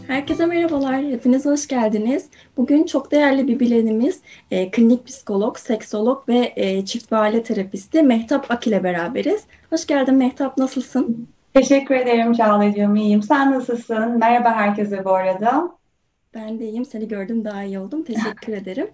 Herkese merhabalar, hepiniz hoş geldiniz. Bugün çok değerli bir bilenimiz, klinik psikolog, seksolog ve çift ve aile terapisti Mehtap Ak ile beraberiz. Hoş geldin Mehtap, nasılsın? Teşekkür ederim Çağla'cığım, iyiyim. Sen nasılsın? Merhaba herkese bu arada. Ben de iyiyim, seni gördüm daha iyi oldum. Teşekkür ederim.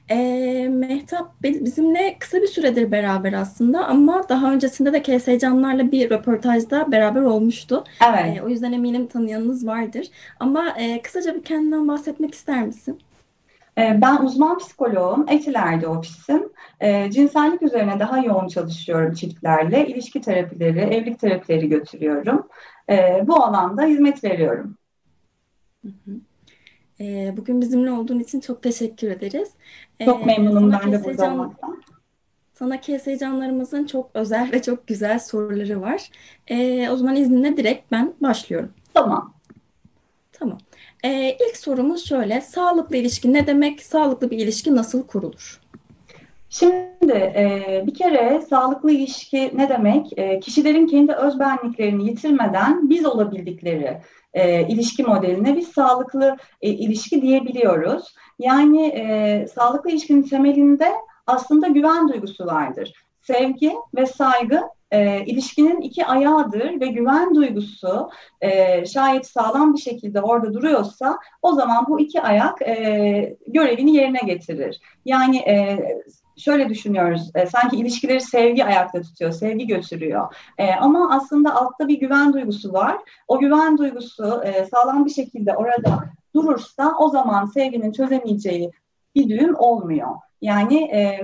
Mehtap bizimle kısa bir süredir beraber aslında ama daha öncesinde de KS Canlar'la bir röportajda beraber olmuştu. Evet, O yüzden eminim tanıyanınız vardır. Ama kısaca bir kendinden bahsetmek ister misin? ben uzman psikoloğum, Etiler'de ofisim. Cinsellik üzerine daha yoğun çalışıyorum çiftlerle. İlişki terapileri, evlilik terapileri götürüyorum. Bu alanda hizmet veriyorum. Hı hı. Bugün bizimle olduğun için çok teşekkür ederiz. Çok memnunum Sana ben de KS burada Can, olmaktan. sana KS Canlarımızın çok özel ve çok güzel soruları var. O zaman izninle direkt ben başlıyorum. Tamam. Tamam. İlk sorumuz şöyle. Sağlıklı ilişki ne demek? Sağlıklı bir ilişki nasıl kurulur? Şimdi bir kere sağlıklı ilişki ne demek? Kişilerin kendi özbenliklerini yitirmeden biz olabildikleri ilişki modeline biz sağlıklı ilişki diyebiliyoruz. Yani sağlıklı ilişkinin temelinde aslında güven duygusu vardır. Sevgi ve saygı ilişkinin iki ayağıdır ve güven duygusu şayet sağlam bir şekilde orada duruyorsa o zaman bu iki ayak görevini yerine getirir. Yani şöyle düşünüyoruz. Sanki ilişkileri sevgi ayakta tutuyor, sevgi götürüyor. Ama aslında altta bir güven duygusu var. O güven duygusu sağlam bir şekilde orada durursa o zaman sevginin çözemeyeceği bir düğüm olmuyor. Yani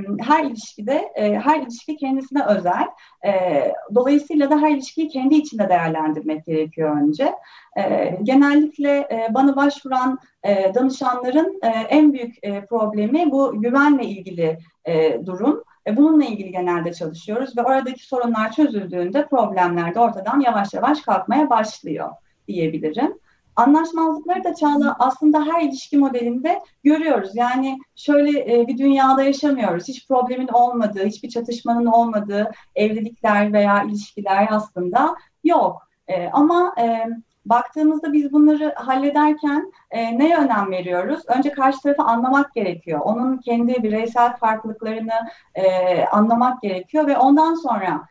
her ilişki kendisine özel. Dolayısıyla da her ilişkiyi kendi içinde değerlendirmek gerekiyor önce. Genellikle bana başvuran danışanların en büyük problemi bu güvenle ilgili durum. Bununla ilgili genelde çalışıyoruz ve oradaki sorunlar çözüldüğünde problemler de ortadan yavaş yavaş kalkmaya başlıyor diyebilirim. Anlaşmazlıkları da Çağla aslında her ilişki modelinde görüyoruz. Yani şöyle bir dünyada yaşamıyoruz. Hiç problemin olmadığı, hiçbir çatışmanın olmadığı evlilikler veya ilişkiler aslında yok. Ama baktığımızda biz bunları hallederken neye önem veriyoruz? Önce karşı tarafı anlamak gerekiyor. Onun kendi bireysel farklılıklarını anlamak gerekiyor ve ondan sonra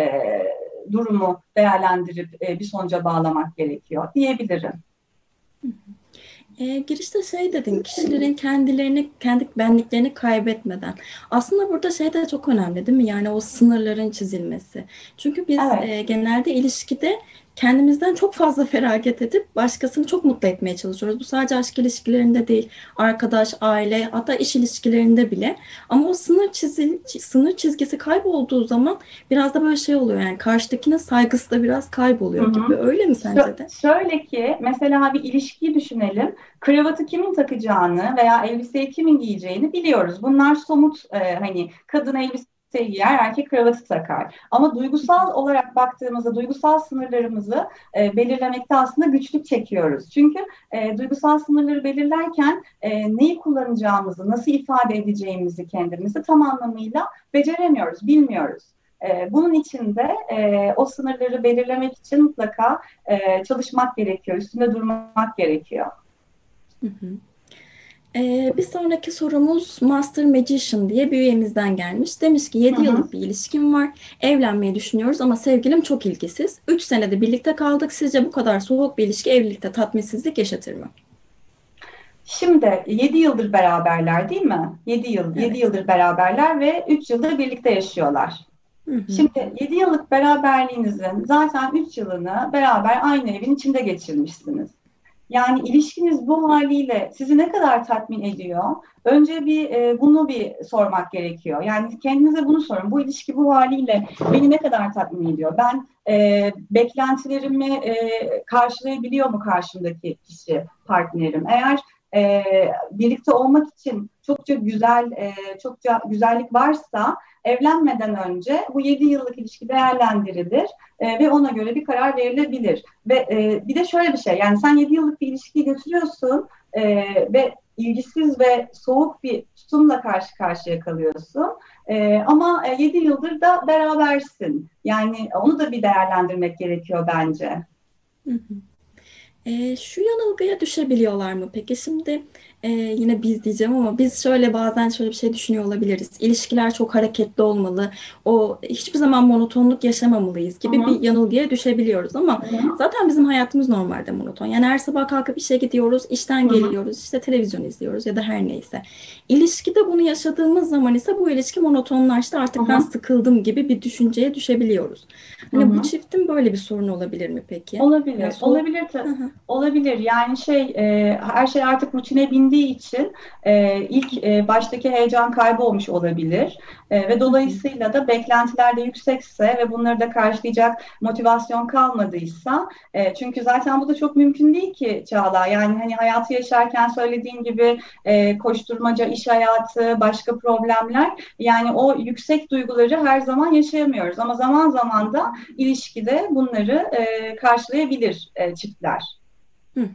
durumu değerlendirip bir sonuca bağlamak gerekiyor diyebilirim. Girişte şey dedin, kişilerin kendilerini, kendi benliklerini kaybetmeden. Aslında burada şey de çok önemli değil mi? Yani o sınırların çizilmesi. Çünkü biz Evet. genelde ilişkide kendimizden çok fazla feragat edip başkasını çok mutlu etmeye çalışıyoruz. Bu sadece aşk ilişkilerinde değil, arkadaş, aile, hatta iş ilişkilerinde bile. Ama o sınır çizgisi kaybolduğu zaman biraz da böyle şey oluyor. Yani karşıdakinin saygısı da biraz Hı kayboluyor gibi. hı. Öyle mi sence de? Şöyle ki mesela bir ilişkiyi düşünelim. Kravatı kimin takacağını veya elbiseyi kimin giyeceğini biliyoruz. Bunlar somut hani kadın elbise giyer, erkek kravatı takar. Ama duygusal olarak baktığımızda duygusal sınırlarımızı belirlemekte aslında güçlük çekiyoruz. Çünkü duygusal sınırları belirlerken neyi kullanacağımızı, nasıl ifade edeceğimizi kendimizi tam anlamıyla beceremiyoruz, bilmiyoruz. Bunun için de o sınırları belirlemek için mutlaka çalışmak gerekiyor, üstünde durmak gerekiyor. Hı hı. Bir sonraki sorumuz Master Magician diye bir üyemizden gelmiş. Demiş ki Hı 7 hı. yıllık bir ilişkim var. Evlenmeyi düşünüyoruz ama sevgilim çok ilgisiz. 3 senede birlikte kaldık. Sizce bu kadar soğuk bir ilişki evlilikte tatminsizlik yaşatır mı? Şimdi 7 yıldır beraberler değil mi? 7 Evet. yıldır beraberler ve 3 yıldır birlikte yaşıyorlar. Hı hı. Şimdi 7 yıllık beraberliğinizin zaten 3 yılını beraber aynı evin içinde geçirmişsiniz. Yani ilişkiniz bu haliyle sizi ne kadar tatmin ediyor? Önce bunu bir sormak gerekiyor. Yani kendinize bunu sorun. Bu ilişki bu haliyle beni ne kadar tatmin ediyor? Ben beklentilerimi karşılayabiliyor mu karşımdaki kişi, partnerim? Eğer birlikte olmak için çokça güzellik varsa evlenmeden önce bu 7 yıllık ilişki değerlendirilir ve ona göre bir karar verilebilir. Ve bir de şöyle bir şey, yani sen 7 yıllık bir ilişkiyi götürüyorsun ve ilgisiz ve soğuk bir tutumla karşı karşıya kalıyorsun. Ama 7 yıldır da berabersin. Yani onu da bir değerlendirmek gerekiyor bence. Hı hı. Şu yanılgıya düşebiliyorlar mı? Peki şimdi yine biz diyeceğim ama biz şöyle bazen şöyle bir şey düşünüyor olabiliriz. İlişkiler çok hareketli olmalı. O hiçbir zaman monotonluk yaşamamalıyız Hı gibi bir hı, yanılgıya düşebiliyoruz ama hı hı, zaten bizim hayatımız normalde monoton. Yani her sabah kalkıp işe gidiyoruz, işten hı hı, geliyoruz, işte televizyon izliyoruz ya da her neyse. İlişkide bunu yaşadığımız zaman ise bu ilişki monotonlaştı. hı Artık ben hı, sıkıldım gibi bir düşünceye düşebiliyoruz. hı Hani bu hı. çiftin böyle bir sorunu olabilir mi peki? Yani Olabilir, soğuk. olabilir, olabilir. Yani her şey artık rutine bindiği için ilk baştaki heyecan kaybolmuş olabilir. Ve dolayısıyla da beklentiler de yüksekse ve bunları da karşılayacak motivasyon kalmadıysa, çünkü zaten bu da çok mümkün değil ki Çağla. Yani hani hayatı yaşarken söylediğin gibi koşturmaca, iş hayatı, başka problemler, yani o yüksek duyguları her zaman yaşayamıyoruz. Ama zaman zaman da ilişkide bunları karşılayabilir çiftler. Hı.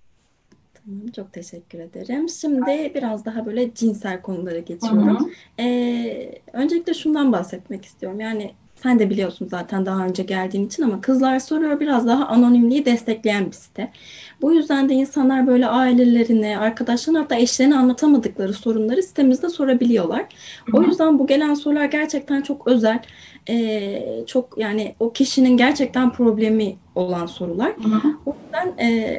Tamam, çok teşekkür ederim. Şimdi biraz daha böyle cinsel konulara Hı geçiyorum. hı, Öncelikle şundan bahsetmek istiyorum. Yani sen de biliyorsun zaten daha önce geldiğin için ama Kızlar Soruyor biraz daha anonimliği destekleyen bir site. Bu yüzden de insanlar böyle ailelerine, arkadaşlarına hatta eşlerine anlatamadıkları sorunları sitemizde sorabiliyorlar. hı O hı, yüzden bu gelen sorular gerçekten çok özel. Çok yani o kişinin gerçekten problemi olan sorular. hı hı, O yüzden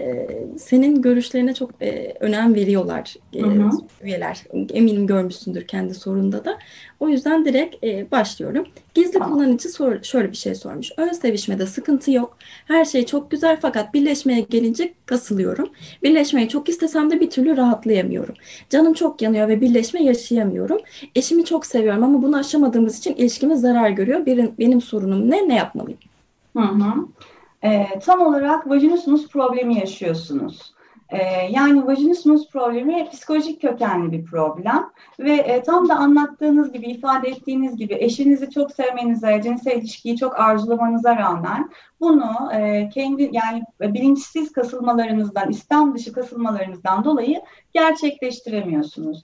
senin görüşlerine çok önem veriyorlar hı hı. üyeler. Eminim görmüşsündür kendi sorunda da. O yüzden direkt başlıyorum. Gizli Tamam. kullanıcı şöyle bir şey sormuş. Ön sevişmede sıkıntı yok. Her şey çok güzel fakat birleşmeye gelince kasılıyorum. Birleşmeyi çok istesem de bir türlü rahatlayamıyorum. Canım çok yanıyor ve birleşme yaşayamıyorum. Eşimi çok seviyorum ama bunu aşamadığımız için ilişkimiz zarar görüyor. Benim sorunum ne? Ne yapmalıyım? Hı hı. Tam olarak vajinismus problemi yaşıyorsunuz. Yani vajinismus problemi psikolojik kökenli bir problem ve tam da anlattığınız gibi, ifade ettiğiniz gibi eşinizi çok sevmenize, cinsel ilişkiyi çok arzulamanıza rağmen bunu kendi yani bilinçsiz kasılmalarınızdan, istem dışı kasılmalarınızdan dolayı gerçekleştiremiyorsunuz.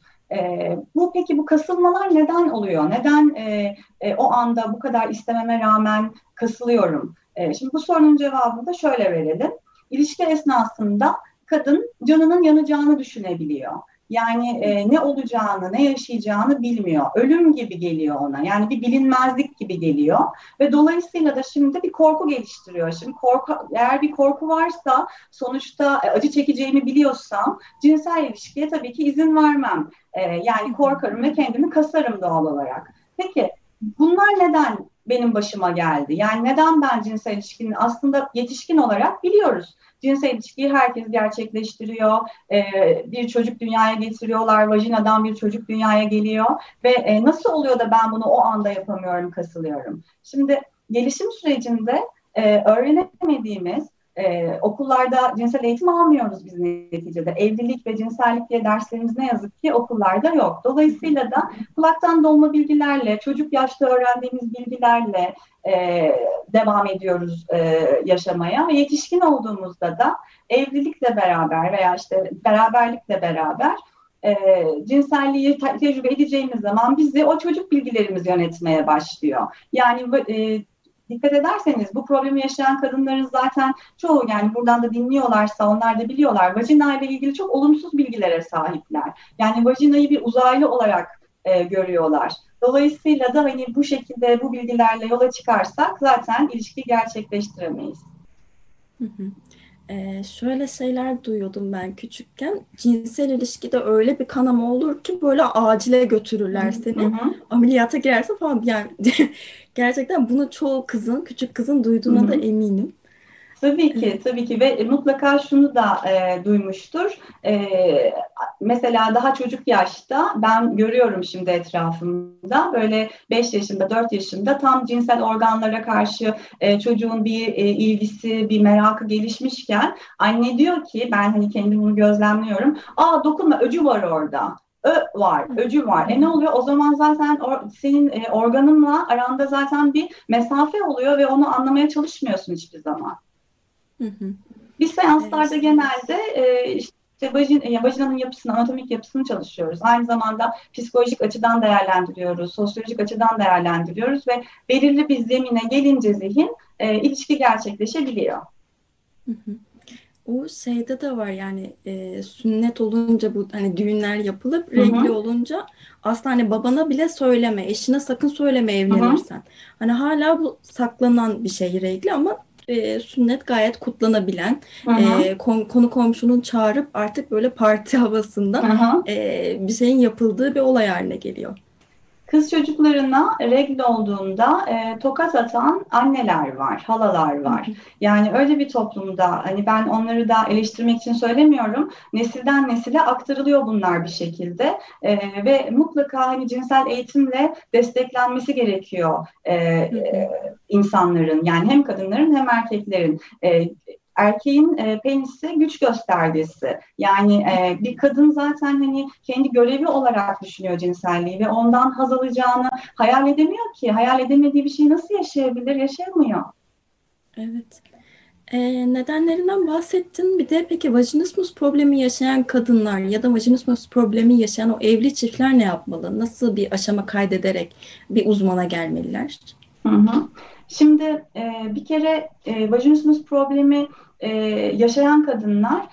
Peki bu kasılmalar neden oluyor? Neden o anda bu kadar istememe rağmen kasılıyorum? Şimdi bu sorunun cevabını da şöyle verelim. İlişki esnasında kadın canının yanacağını düşünebiliyor. Yani ne olacağını, ne yaşayacağını bilmiyor. Ölüm gibi geliyor ona. Yani bir bilinmezlik gibi geliyor. Ve dolayısıyla da şimdi bir korku geliştiriyor. Şimdi eğer bir korku varsa, sonuçta acı çekeceğimi biliyorsam cinsel ilişkiye tabii ki izin vermem. Yani korkarım ve kendimi kasarım doğal olarak. Peki bunlar neden benim başıma geldi? Yani neden ben cinsel ilişkinin aslında yetişkin olarak biliyoruz. Cinsel ilişkiyi herkes gerçekleştiriyor. Bir çocuk dünyaya getiriyorlar. Vajinadan bir çocuk dünyaya geliyor. Ve nasıl oluyor da ben bunu o anda yapamıyorum, kasılıyorum? Şimdi gelişim sürecinde öğrenemediğimiz okullarda cinsel eğitim almıyoruz biz neticede. Evlilik ve cinsellik diye derslerimiz ne yazık ki okullarda yok. Dolayısıyla da kulaktan dolma bilgilerle, çocuk yaşta öğrendiğimiz bilgilerle devam ediyoruz yaşamaya ve yetişkin olduğumuzda da evlilikle beraber veya işte beraberlikle beraber cinselliği tecrübe edeceğimiz zaman bizi o çocuk bilgilerimiz yönetmeye başlıyor. Yani dikkat ederseniz bu problemi yaşayan kadınların zaten çoğu, yani buradan da dinliyorlarsa onlar da biliyorlar, vajina ile ilgili çok olumsuz bilgilere sahipler. Yani vajinayı bir uzaylı olarak görüyorlar. Dolayısıyla da hani bu şekilde bu bilgilerle yola çıkarsak zaten ilişki gerçekleştiremeyiz. Hı hı. Şöyle şeyler duyuyordum ben küçükken. Cinsel ilişkide öyle bir kanama olur ki böyle acile Hı götürürler hı, seni. hı Ameliyata girersin falan. Yani gerçekten bunu çoğu kızın, küçük kızın duyduğuna da hı. eminim. Tabii Ee, ki, tabii ki ve mutlaka şunu da duymuştur. Mesela daha çocuk yaşta ben görüyorum şimdi etrafımda böyle 5 yaşında, 4 yaşında tam cinsel organlara karşı çocuğun bir ilgisi, bir merakı gelişmişken anne diyor ki, ben hani kendim bunu gözlemliyorum. Aa, dokunma, öcü var orada. Var, öcü var. Ne oluyor? O zaman zaten senin organınla aranda zaten bir mesafe oluyor ve onu anlamaya çalışmıyorsun hiçbir zaman. Hı hı. Biz Ee, seanslarda genelde işte vajinanın yapısını, anatomik yapısını çalışıyoruz. Aynı zamanda psikolojik açıdan değerlendiriyoruz, sosyolojik açıdan değerlendiriyoruz ve belirli bir zemine gelince zihin ilişki gerçekleşebiliyor. hı hı. O şeyde de var yani, sünnet olunca, bu hani düğünler yapılıp Hı regli hı, olunca aslında hani babana bile söyleme, eşine sakın söyleme hı hı, evlenirsen. Hani hala bu saklanan bir şey regli, ama sünnet gayet kutlanabilen, hı hı, konu komşunun çağırıp artık böyle parti hı havasında hı. bir şeyin yapıldığı bir olay haline geliyor. Kız çocuklarına regl olduğunda tokat atan anneler var, halalar Hı var. hı. Yani öyle bir toplumda, hani ben onları da eleştirmek için söylemiyorum. Nesilden nesile aktarılıyor bunlar bir şekilde. Ve mutlaka hani cinsel eğitimle desteklenmesi gerekiyor Hı hı. insanların, yani hem kadınların hem erkeklerin. Erkeğin penisi güç göstergesi. Yani bir kadın zaten hani kendi görevi olarak düşünüyor cinselliği ve ondan haz alacağını hayal edemiyor ki. Hayal edemediği bir şeyi nasıl yaşayabilir? Yaşayamıyor. Evet. Nedenlerinden bahsettin. Bir de peki vajinismus problemi yaşayan kadınlar ya da vajinismus problemi yaşayan o evli çiftler ne yapmalı? Nasıl bir aşama kaydederek bir uzmana gelmeliler? Hı hı. Şimdi bir kere vajinismus problemi yaşayan kadınlar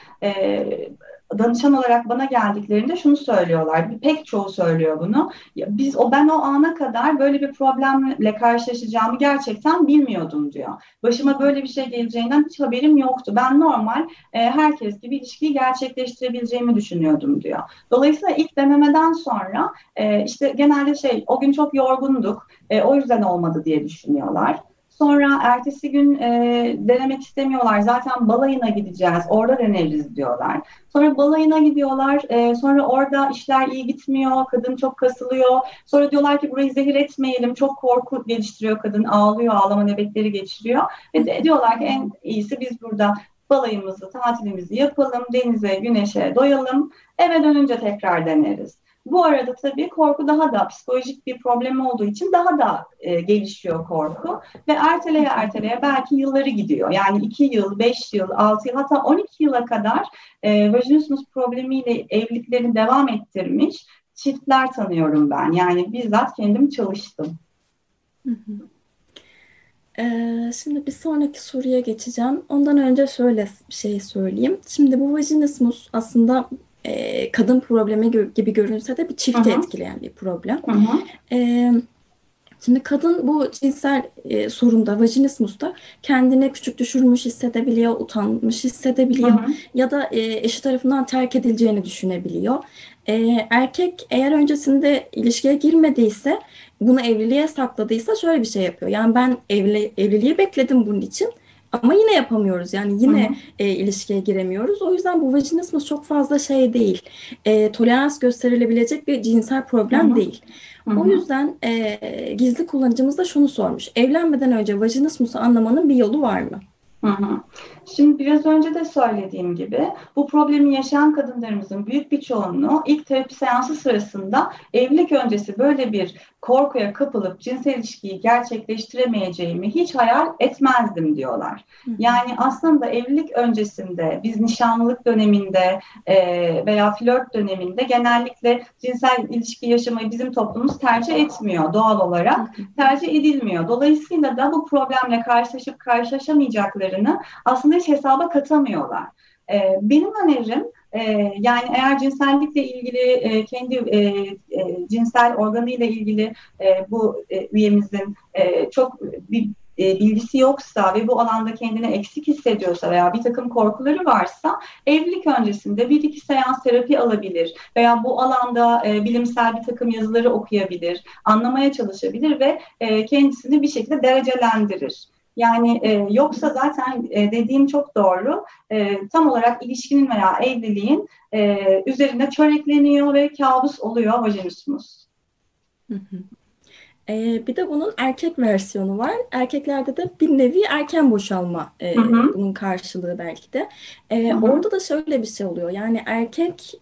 danışan olarak bana geldiklerinde şunu söylüyorlar. Pek çoğu söylüyor bunu. Ya ben o ana kadar böyle bir problemle karşılaşacağımı gerçekten bilmiyordum diyor. Başıma böyle bir şey geleceğinden hiç haberim yoktu. Ben normal herkes gibi ilişkiyi gerçekleştirebileceğimi düşünüyordum diyor. Dolayısıyla ilk denemeden sonra işte genelde o gün çok yorgunduk. O yüzden olmadı diye düşünüyorlar. Sonra ertesi gün denemek istemiyorlar. Zaten balayına gideceğiz, orada deneriz diyorlar. Sonra balayına gidiyorlar, sonra orada işler iyi gitmiyor, kadın çok kasılıyor. Sonra diyorlar ki burayı zehir etmeyelim, çok korku geliştiriyor kadın, ağlıyor, ağlama nöbetleri geçiriyor. Ve diyorlar ki en iyisi biz burada balayımızı, tatilimizi yapalım, denize, güneşe doyalım, eve dönünce tekrar deneriz. Bu arada tabii korku daha da psikolojik bir problem olduğu için daha da gelişiyor korku ve erteleye erteleye belki yılları gidiyor. Yani 2 yıl, 5 yıl, 6 yıl, hatta 12 yıla kadar vajinismus problemiyle evliliklerini devam ettirmiş çiftler tanıyorum ben. Yani bizzat kendim çalıştım. Hı hı. Şimdi bir sonraki soruya geçeceğim. Ondan önce şöyle bir şey söyleyeyim. Şimdi bu vajinismus aslında kadın problemi gibi görünse de bir Hı çifti hı, etkileyen bir problem. hı hı, Ee, Şimdi kadın bu cinsel sorunda, vajinismusta kendini küçük düşürülmüş hissedebiliyor, utanmış hı hissedebiliyor hı, ya da eşi tarafından terk edileceğini düşünebiliyor. Erkek eğer öncesinde ilişkiye girmediyse, bunu evliliğe sakladıysa şöyle bir şey yapıyor. Yani ben evliliği bekledim bunun için, ama yine yapamıyoruz. Yani hı yine hı, ilişkiye giremiyoruz. O yüzden bu vajinismus çok fazla şey değil. Tolerans gösterilebilecek bir cinsel hı problem hı, değil. hı O hı. yüzden gizli kullanıcımız da şunu sormuş: evlenmeden önce vajinismusu anlamanın bir yolu var mı? Hı hı. Şimdi biraz önce de söylediğim gibi bu problemi yaşayan kadınlarımızın büyük bir çoğunluğu ilk terapi seansı sırasında evlilik öncesi böyle bir korkuya kapılıp cinsel ilişkiyi gerçekleştiremeyeceğimi hiç hayal etmezdim diyorlar. Hı hı. Yani aslında evlilik öncesinde biz nişanlılık döneminde veya flört döneminde genellikle cinsel ilişki yaşamayı bizim toplumumuz tercih etmiyor doğal Hı olarak hı. tercih edilmiyor. Dolayısıyla da bu problemle karşılaşıp karşılaşamayacaklarını aslında hiç hesaba katamıyorlar. Benim önerim yani eğer cinsellikle ilgili kendi cinsel organıyla ilgili bu üyemizin çok bir bilgisi yoksa ve bu alanda kendini eksik hissediyorsa veya bir takım korkuları varsa evlilik öncesinde bir iki seans terapi alabilir veya bu alanda bilimsel bir takım yazıları okuyabilir, anlamaya çalışabilir ve kendisini bir şekilde derecelendirir. Yani yoksa zaten dediğin çok doğru. Tam olarak ilişkinin veya evliliğin üzerinde çörekleniyor ve kabus oluyor vajinismus. Hı hı. Bir de bunun erkek versiyonu var. Erkeklerde de bir nevi erken boşalma, Hı hı, bunun karşılığı belki de. hı hı, Orada da şöyle bir şey oluyor. Yani erkek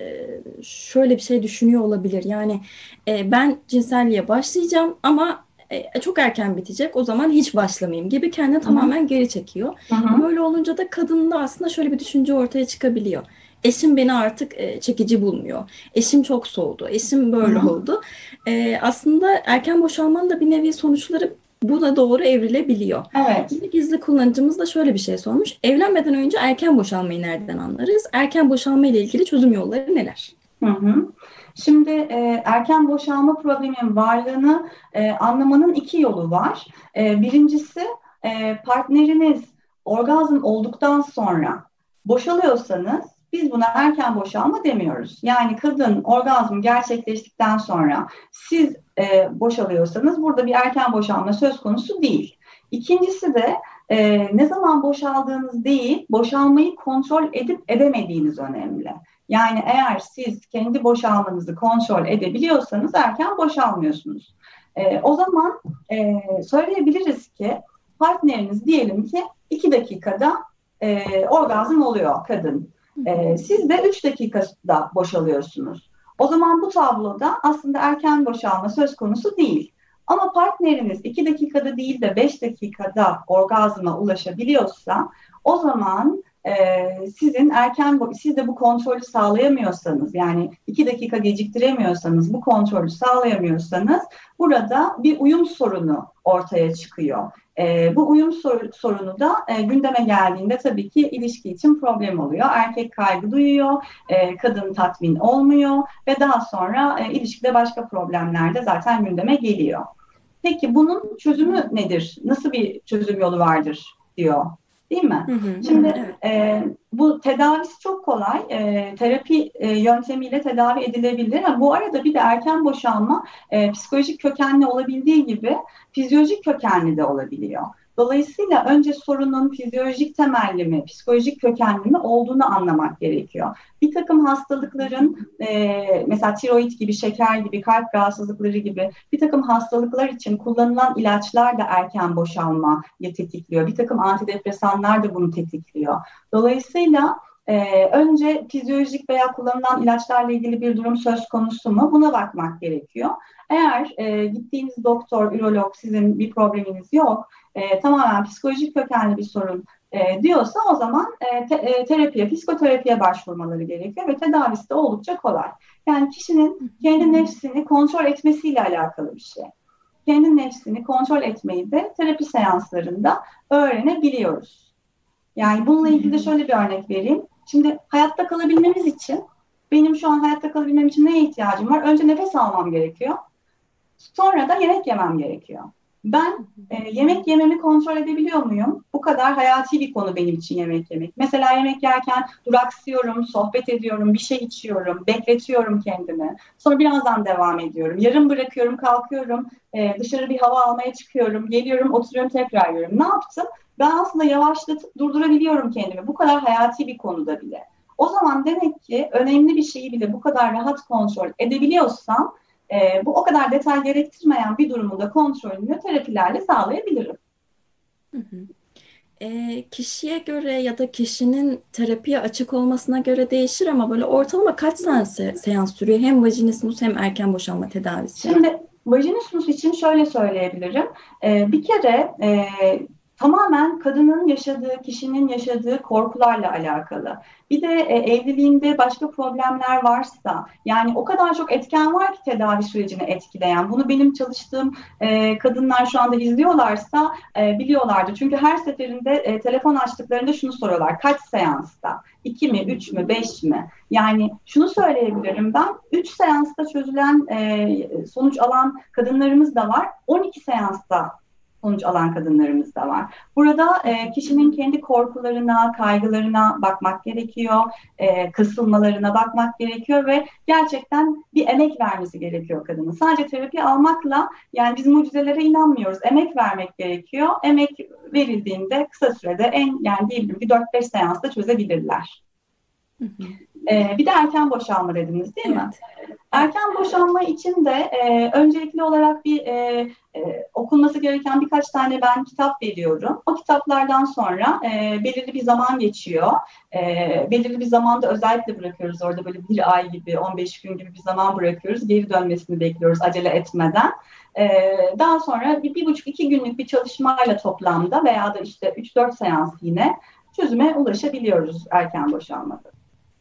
şöyle bir şey düşünüyor olabilir. Yani ben cinselliğe başlayacağım ama çok erken bitecek. O zaman hiç başlamayayım gibi kendini hı hı, tamamen geri çekiyor. hı hı, Böyle olunca da kadında aslında şöyle bir düşünce ortaya çıkabiliyor: eşim beni artık çekici bulmuyor. Eşim çok soğudu. Eşim hı böyle hı, oldu. Aslında erken boşalmanın da bir nevi sonuçları buna doğru evrilebiliyor. Evet. Yine gizli kullanıcımız da şöyle bir şey sormuş. Evlenmeden önce erken boşanmayı nereden anlarız? Erken boşanma ile ilgili çözüm yolları neler? Hı hı. Şimdi erken boşalma probleminin varlığını anlamanın iki yolu var. Birincisi, partneriniz orgazm olduktan sonra boşalıyorsanız biz buna erken boşalma demiyoruz. Yani kadın orgazm gerçekleştikten sonra siz boşalıyorsanız burada bir erken boşalma söz konusu değil. İkincisi de ne zaman boşaldığınız değil, boşalmayı kontrol edip edemediğiniz önemli. Yani eğer siz kendi boşalmanızı kontrol edebiliyorsanız erken boşalmıyorsunuz. O zaman söyleyebiliriz ki partneriniz diyelim ki 2 dakikada orgazm oluyor kadın. Siz de 3 dakikada boşalıyorsunuz. O zaman bu tabloda aslında erken boşalma söz konusu değil. Ama partneriniz 2 dakikada değil de 5 dakikada orgazma ulaşabiliyorsa o zaman siz de bu kontrolü sağlayamıyorsanız, yani 2 dakika geciktiremiyorsanız, bu kontrolü sağlayamıyorsanız burada bir uyum sorunu ortaya çıkıyor. Bu uyum sorunu da gündeme geldiğinde tabii ki ilişki için problem oluyor. Erkek kaygı duyuyor, kadın tatmin olmuyor ve daha sonra ilişkide başka problemler de zaten gündeme geliyor. Peki bunun çözümü nedir? Nasıl bir çözüm yolu vardır diyor. Değil mi? Hı hı, Şimdi evet. bu tedavisi çok kolay. Terapi yöntemiyle tedavi edilebilir. Bu arada bir de erken boşalma psikolojik kökenli olabildiği gibi fizyolojik kökenli de olabiliyor. Dolayısıyla önce sorunun fizyolojik temelli mi, psikolojik kökenli mi olduğunu anlamak gerekiyor. Bir takım hastalıkların mesela tiroid gibi, şeker gibi, kalp rahatsızlıkları gibi bir takım hastalıklar için kullanılan ilaçlar da erken boşalmayı tetikliyor. Bir takım antidepresanlar da bunu tetikliyor. Dolayısıyla önce fizyolojik veya kullanılan ilaçlarla ilgili bir durum söz konusu mu? Buna bakmak gerekiyor. Eğer gittiğiniz doktor, ürolog sizin bir probleminiz yok, tamamen psikolojik kökenli bir sorun diyorsa o zaman terapiye, psikoterapiye başvurmaları gerekiyor ve tedavisi de oldukça kolay. Yani kişinin kendi nefsini kontrol etmesiyle alakalı bir şey. Kendi nefsini kontrol etmeyi de terapi seanslarında öğrenebiliyoruz. Yani bununla ilgili de şöyle bir örnek vereyim. Şimdi hayatta kalabilmemiz için, benim şu an hayatta kalabilmem için neye ihtiyacım var? Önce nefes almam gerekiyor. Sonra da yemek yemem gerekiyor. Ben yemek yememi kontrol edebiliyor muyum? Bu kadar hayati bir konu benim için yemek yemek. Mesela yemek yerken duraksıyorum, sohbet ediyorum, bir şey içiyorum, bekletiyorum kendimi. Sonra birazdan devam ediyorum. Yarım bırakıyorum, kalkıyorum, dışarı bir hava almaya çıkıyorum, geliyorum, oturuyorum, tekrar yiyorum. Ne yaptım? Ben aslında yavaşlatıp durdurabiliyorum kendimi. Bu kadar hayati bir konuda bile. O zaman demek ki önemli bir şeyi bile bu kadar rahat kontrol edebiliyorsam bu o kadar detay gerektirmeyen bir durumun da kontrolünü terapilerle sağlayabilirim. Hı hı. Kişiye göre ya da kişinin terapiye açık olmasına göre değişir ama böyle ortalama kaç seans sürüyor? Hem vajinismus hem erken boşanma tedavisi. Şimdi vajinismus için şöyle söyleyebilirim. Bir kere tamamen kadının yaşadığı, kişinin yaşadığı korkularla alakalı. Bir de evliliğinde başka problemler varsa, yani o kadar çok etken var ki tedavi sürecini etkileyen. Bunu benim çalıştığım kadınlar şu anda izliyorlarsa biliyorlardı. Çünkü her seferinde telefon açtıklarında şunu soruyorlar. Kaç seansta? 2 mi, 3 mü, 5 mi? Yani şunu söyleyebilirim ben, 3 seansta çözülen, sonuç alan kadınlarımız da var, 12 seansta sonuç alan kadınlarımız da var. Burada kişinin kendi korkularına, kaygılarına bakmak gerekiyor, kısılmalarına bakmak gerekiyor ve gerçekten bir emek vermesi gerekiyor kadının. Sadece terapi almakla, yani biz mucizelere inanmıyoruz. Emek vermek gerekiyor. Emek verildiğinde kısa sürede yani diyebilirim ki 4-5 seansta çözebilirler. Hı hı. Bir de erken boşalma dediniz değil mi? Evet. Erken boşanma için de öncelikli olarak okunması gereken birkaç tane ben kitap veriyorum. O kitaplardan sonra belirli bir zaman geçiyor. Belirli bir zamanda özellikle bırakıyoruz orada, böyle bir ay gibi, 15 gün gibi bir zaman bırakıyoruz. Geri dönmesini bekliyoruz acele etmeden. Daha sonra bir buçuk iki günlük bir çalışmayla toplamda veya da işte 3-4 seans yine çözüme ulaşabiliyoruz erken boşanmada.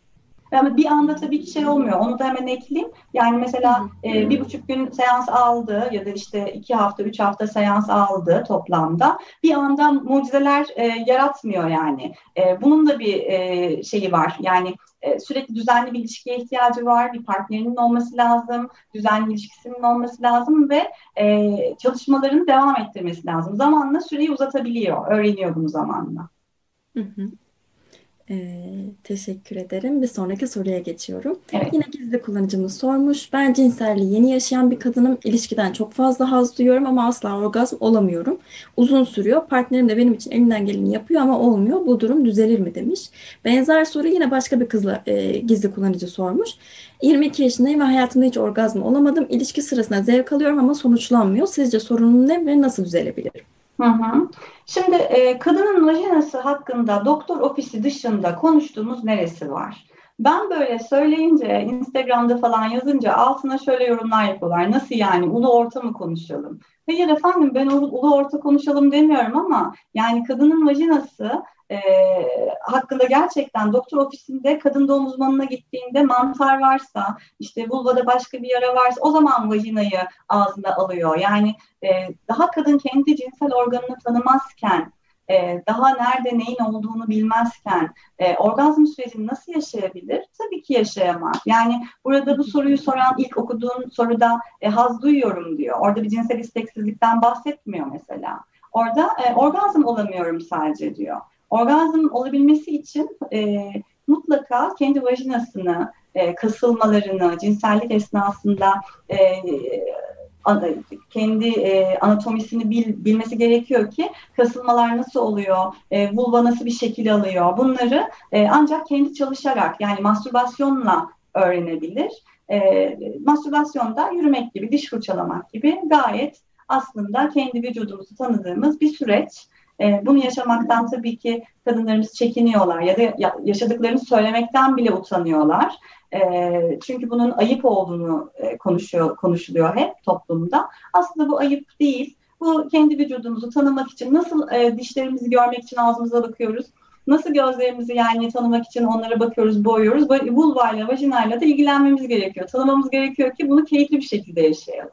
Yani bir anda tabii ki şey olmuyor. Onu da hemen ekleyeyim. Yani Hı mesela hı. 1,5 gün seans aldı ya da işte 2 hafta, 3 hafta seans aldı toplamda. Bir anda mucizeler yaratmıyor yani. Bunun da bir şeyi var. Yani sürekli düzenli bir ilişkiye ihtiyacı var. Bir partnerinin olması lazım. Düzenli ilişkisinin olması lazım ve çalışmalarını devam ettirmesi lazım. Zamanla süreyi uzatabiliyor. Öğreniyor bunu zamanla. Hı hı. Teşekkür ederim. Bir sonraki soruya geçiyorum. Evet. Yine gizli kullanıcımız sormuş. Ben cinselliği yeni yaşayan bir kadınım. İlişkiden çok fazla haz duyuyorum ama asla orgazm olamıyorum. Uzun sürüyor. Partnerim de benim için elinden geleni yapıyor ama olmuyor. Bu durum düzelir mi demiş. Benzer soru yine başka bir kızla gizli kullanıcı sormuş. 22 yaşındayım ve hayatımda hiç orgazm olamadım. İlişki sırasında zevk alıyorum ama sonuçlanmıyor. Sizce sorunum ne ve nasıl düzelebilir? Hı hı. Şimdi kadının vajinası hakkında doktor ofisi dışında konuştuğumuz neresi var? Ben böyle söyleyince, Instagram'da falan yazınca altına şöyle yorumlar yapıyorlar. Nasıl yani? Ulu orta mı konuşalım? Hayır efendim, ben ulu orta konuşalım demiyorum ama yani kadının vajinası e, hakkında gerçekten doktor ofisinde kadın doğum uzmanına gittiğinde mantar varsa, işte vulvada başka bir yara varsa o zaman vajinayı ağzına alıyor. Yani daha kadın kendi cinsel organını tanımazken, daha nerede neyin olduğunu bilmezken orgazm sürecini nasıl yaşayabilir? Tabii ki yaşayamaz. Yani burada bu soruyu soran ilk okuduğun soruda haz duyuyorum diyor. Orada bir cinsel isteksizlikten bahsetmiyor mesela. Orada orgazm olamıyorum sadece diyor. Orgazm olabilmesi için mutlaka kendi vajinasını, kasılmalarını, cinsellik esnasında e, kendi anatomisini bilmesi gerekiyor ki kasılmalar nasıl oluyor, vulva nasıl bir şekil alıyor. Bunları ancak kendi çalışarak yani mastürbasyonla öğrenebilir. Mastürbasyonda yürümek gibi, diş fırçalamak gibi gayet aslında kendi vücudumuzu tanıdığımız bir süreç. Bunu yaşamaktan tabii ki kadınlarımız çekiniyorlar ya da yaşadıklarını söylemekten bile utanıyorlar. Çünkü bunun ayıp olduğunu konuşuluyor hep toplumda. Aslında bu ayıp değil. Bu kendi vücudumuzu tanımak için nasıl dişlerimizi görmek için ağzımıza bakıyoruz. Nasıl gözlerimizi yani tanımak için onlara bakıyoruz, boyuyoruz. Vulvayla, vajinayla da ilgilenmemiz gerekiyor. Tanımamız gerekiyor ki bunu keyifli bir şekilde yaşayalım.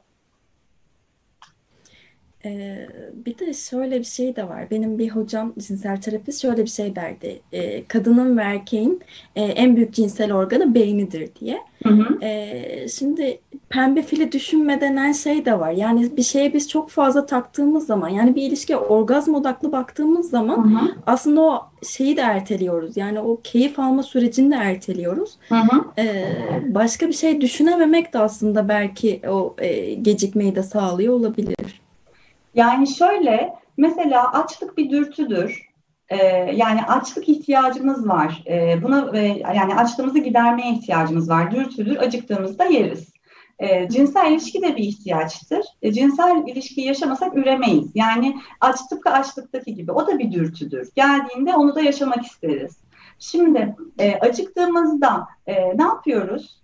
Bir de şöyle bir şey de var. Benim bir hocam cinsel terapist şöyle bir şey derdi. Kadının ve erkeğin en büyük cinsel organı beynidir diye. Hı hı, Şimdi pembe fili düşünme denen şey de var. Yani bir şeye biz çok fazla taktığımız zaman, yani bir ilişkiye orgazm odaklı baktığımız hı zaman hı, aslında o şeyi de erteliyoruz. Yani o keyif alma sürecini de erteliyoruz. hı hı. Başka bir şey düşünememek de aslında belki o gecikmeyi de sağlıyor olabilir. Yani şöyle, mesela açlık bir dürtüdür. Yani açlık ihtiyacımız var. Yani açlığımızı gidermeye ihtiyacımız var. Dürtüdür, acıktığımızda yeriz. Cinsel ilişki de bir ihtiyaçtır. Cinsel ilişkiyi yaşamasak üremeyiz. Yani tıpkı açlıktaki gibi o da bir dürtüdür. Geldiğinde onu da yaşamak isteriz. Şimdi acıktığımızda ne yapıyoruz?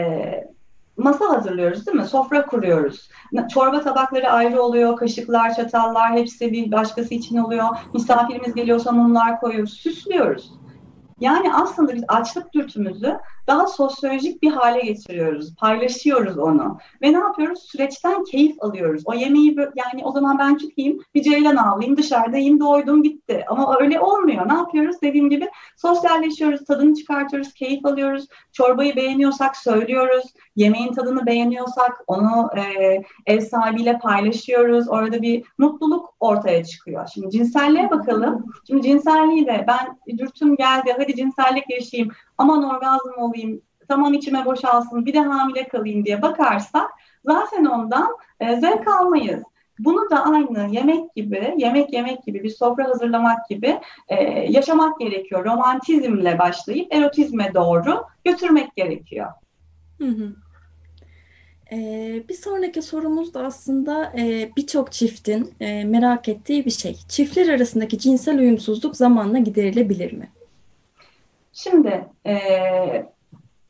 Masa hazırlıyoruz değil mi? Sofra kuruyoruz. Çorba tabakları ayrı oluyor, kaşıklar, çatallar hepsi bir başkası için oluyor. Misafirimiz geliyorsa mumlar koyuyoruz, süslüyoruz. Yani aslında biz açlık dürtümüzü daha sosyolojik bir hale getiriyoruz. Paylaşıyoruz onu. Ve ne yapıyoruz? Süreçten keyif alıyoruz. O yemeği yani o zaman ben çıkayım bir ceylan avlayayım dışarıda yiyeyim doydum gitti. Ama öyle olmuyor. Ne yapıyoruz? Dediğim gibi sosyalleşiyoruz, tadını çıkartıyoruz, keyif alıyoruz. Çorbayı beğeniyorsak söylüyoruz. Yemeğin tadını beğeniyorsak onu ev sahibiyle paylaşıyoruz. Orada bir mutluluk ortaya çıkıyor. Şimdi cinselliğe bakalım. Şimdi cinselliği de ben dürtüm geldi hadi cinsellik yaşayayım aman orgazm olayım tamam içime boşalsın bir de hamile kalayım diye bakarsak zaten ondan zevk almayız. Bunu da aynı yemek gibi, yemek gibi, bir sofra hazırlamak gibi yaşamak gerekiyor. Romantizmle başlayıp erotizme doğru götürmek gerekiyor. Hı hı. Bir sonraki sorumuz da aslında birçok çiftin merak ettiği bir şey. Çiftler arasındaki cinsel uyumsuzluk zamanla giderilebilir mi? Şimdi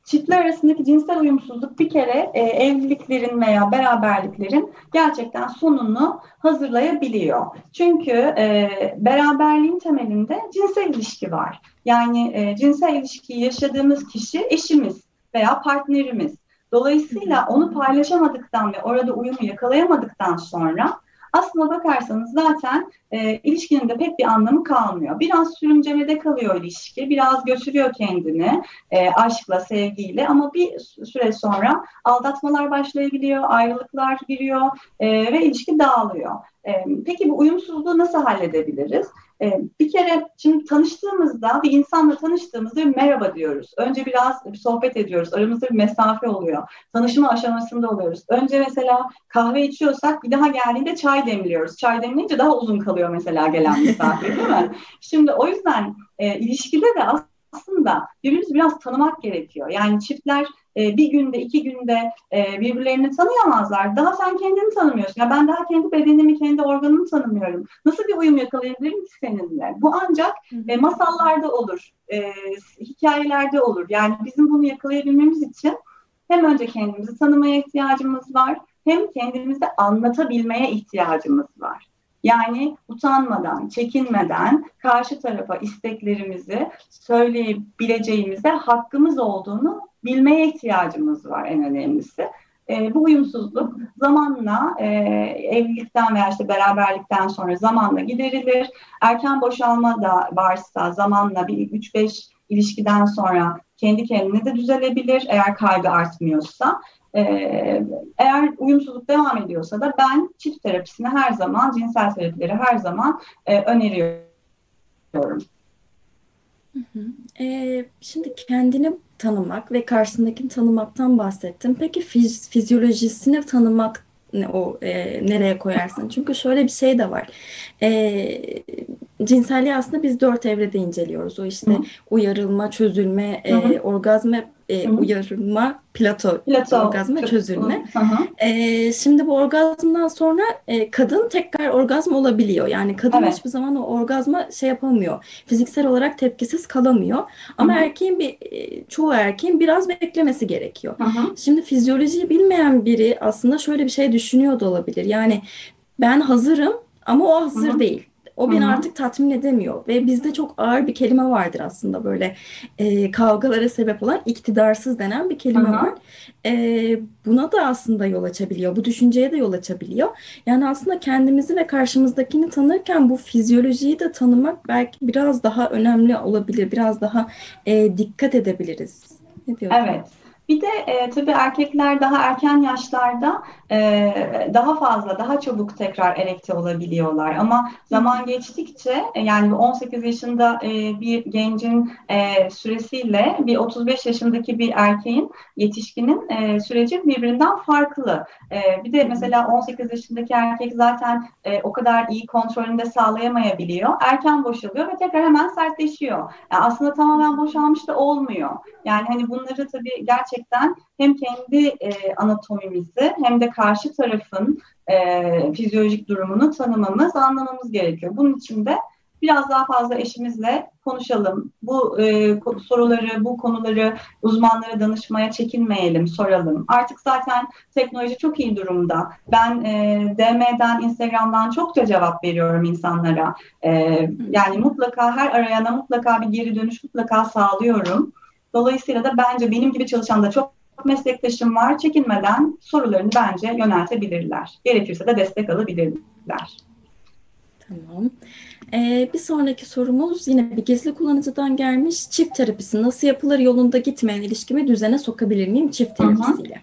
Çiftler arasındaki cinsel uyumsuzluk bir kere evliliklerin veya beraberliklerin gerçekten sonunu hazırlayabiliyor. Çünkü beraberliğin temelinde cinsel ilişki var. Yani cinsel ilişkiyi yaşadığımız kişi eşimiz veya partnerimiz. Dolayısıyla onu paylaşamadıktan ve orada uyumu yakalayamadıktan sonra aslına bakarsanız zaten ilişkinin de pek bir anlamı kalmıyor. Biraz sürüncemede kalıyor ilişki, biraz götürüyor kendini aşkla, sevgiyle, ama bir süre sonra aldatmalar başlayabiliyor, ayrılıklar giriyor ve ilişki dağılıyor. Peki bu uyumsuzluğu nasıl halledebiliriz? Bir kere şimdi tanıştığımızda, bir insanla tanıştığımızda bir merhaba diyoruz. Önce biraz bir sohbet ediyoruz. Aramızda bir mesafe oluyor. Tanışma aşamasında oluyoruz. Önce mesela kahve içiyorsak bir daha geldiğinde çay demliyoruz. Çay demleyince daha uzun kalıyor mesela gelen misafir, değil mi? Şimdi o yüzden ilişkide de aslında birbirimizi biraz tanımak gerekiyor. Yani çiftler bir günde, iki günde birbirlerini tanıyamazlar. Daha sen kendini tanımıyorsun. Ya ben daha kendi bedenimi, kendi organımı tanımıyorum. Nasıl bir uyum yakalayabilirim ki seninle? Bu ancak masallarda olur, hikayelerde olur. Yani bizim bunu yakalayabilmemiz için hem önce kendimizi tanımaya ihtiyacımız var, hem kendimizi anlatabilmeye ihtiyacımız var. Yani utanmadan, çekinmeden karşı tarafa isteklerimizi söyleyebileceğimize hakkımız olduğunu bilmeye ihtiyacımız var en önemlisi. Bu uyumsuzluk zamanla evlilikten veya işte beraberlikten sonra zamanla giderilir. Erken boşalma da varsa zamanla bir 3-5 ilişkiden sonra kendi kendine de düzelebilir eğer kaygı artmıyorsa. Eğer uyumsuzluk devam ediyorsa da ben çift terapisini her zaman, cinsel terapileri her zaman öneriyorum. Şimdi kendini tanımak ve karşısındakini tanımaktan bahsettim. Peki fizyolojisini tanımak nereye koyarsın? Çünkü şöyle bir şey de var. Cinselliği aslında biz 4 evrede inceliyoruz. O işte uyarılma, çözülme, orgazm, uyarılma, plato, orgazm ve çözülme. Şimdi bu orgazmdan sonra kadın tekrar orgazm olabiliyor. Yani kadın hiçbir zaman o orgazma şey yapamıyor. Fiziksel olarak tepkisiz kalamıyor. Ama çoğu erkeğin biraz beklemesi gerekiyor. Şimdi fizyolojiyi bilmeyen biri aslında şöyle bir şey düşünüyor da olabilir. Yani ben hazırım ama o hazır değil. O beni artık tatmin edemiyor ve bizde çok ağır bir kelime vardır aslında, böyle kavgalara sebep olan iktidarsız denen bir kelime var. Buna da aslında yol açabiliyor, bu düşünceye de yol açabiliyor. Yani aslında kendimizi ve karşımızdakini tanırken bu fizyolojiyi de tanımak belki biraz daha önemli olabilir, biraz daha dikkat edebiliriz. Ne diyorsun? Evet. Bir de tabii erkekler daha erken yaşlarda daha fazla, daha çabuk tekrar erekte olabiliyorlar. Ama zaman geçtikçe yani 18 yaşında bir gencin süresiyle bir 35 yaşındaki bir erkeğin, yetişkinin süreci birbirinden farklı. Bir de mesela 18 yaşındaki erkek zaten o kadar iyi kontrolünde sağlayamayabiliyor. Erken boşalıyor ve tekrar hemen sertleşiyor. Yani aslında tamamen boşalmış da olmuyor. Yani hani bunları tabii gerçekten hem kendi anatomimizi hem de karşı tarafın fizyolojik durumunu tanımamız, anlamamız gerekiyor. Bunun için de biraz daha fazla eşimizle konuşalım. Bu soruları, bu konuları uzmanlara danışmaya çekinmeyelim, soralım. Artık zaten teknoloji çok iyi durumda. Ben DM'den, Instagram'dan çokça cevap veriyorum insanlara. Yani mutlaka her arayana mutlaka bir geri dönüş mutlaka sağlıyorum. Dolayısıyla da bence benim gibi çalışan da çok meslektaşım var. Çekinmeden sorularını bence yöneltebilirler. Gerekirse de destek alabilirler. Tamam. Bir sonraki sorumuz yine bir gizli kullanıcıdan gelmiş. Çift terapisi nasıl yapılır? Yolunda gitmeyen ilişkimi düzene sokabilir miyim çift terapisiyle?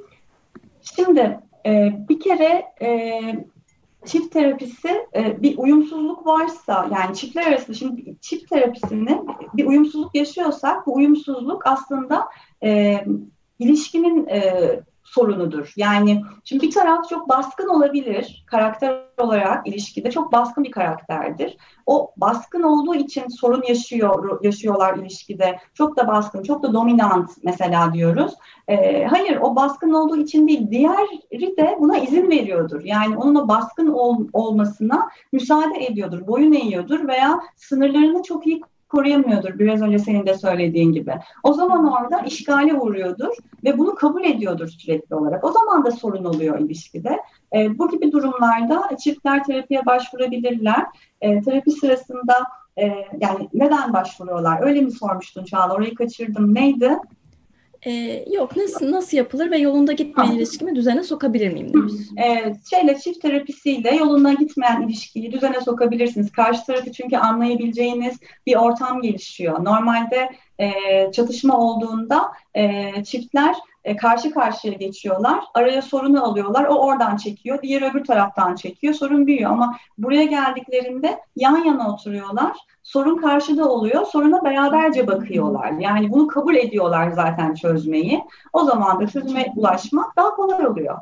Şimdi bir kere çift terapisi bir uyumsuzluk varsa, yani çiftler arasında şimdi çift terapisinde bir uyumsuzluk yaşıyorsak bu uyumsuzluk aslında ilişkinin sorunudur. Yani şimdi bir taraf çok baskın olabilir, karakter olarak ilişkide çok baskın bir karakterdir. O baskın olduğu için sorun yaşıyorlar ilişkide. Çok da baskın, çok da dominant mesela diyoruz. Hayır, o baskın olduğu için değil, diğeri de buna izin veriyordur. Yani onun o baskın olmasına müsaade ediyordur, boyun eğiyordur veya sınırlarını çok iyi koruyamıyordur, biraz önce senin de söylediğin gibi. O zaman orada işgale uğruyordur ve bunu kabul ediyordur sürekli olarak. O zaman da sorun oluyor ilişkide. Bu gibi durumlarda çiftler terapiye başvurabilirler. Terapi sırasında yani neden başvuruyorlar? Öyle mi sormuştun Çağla? Orayı kaçırdım. Neydi? Yok, nasıl yapılır ve yolunda gitmeyen Ha. ilişkimi düzene sokabilir miyim demiş. Çift terapisiyle yoluna gitmeyen ilişkiyi düzene sokabilirsiniz. Karşı tarafı çünkü anlayabileceğiniz bir ortam gelişiyor. Normalde çatışma olduğunda çiftler karşı karşıya geçiyorlar. Araya sorunu alıyorlar. O oradan çekiyor. Diğeri öbür taraftan çekiyor. Sorun büyüyor. Ama buraya geldiklerinde yan yana oturuyorlar. Sorun karşıda oluyor. Soruna beraberce bakıyorlar. Yani bunu kabul ediyorlar zaten çözmeyi. O zaman da çözüme ulaşmak daha kolay oluyor.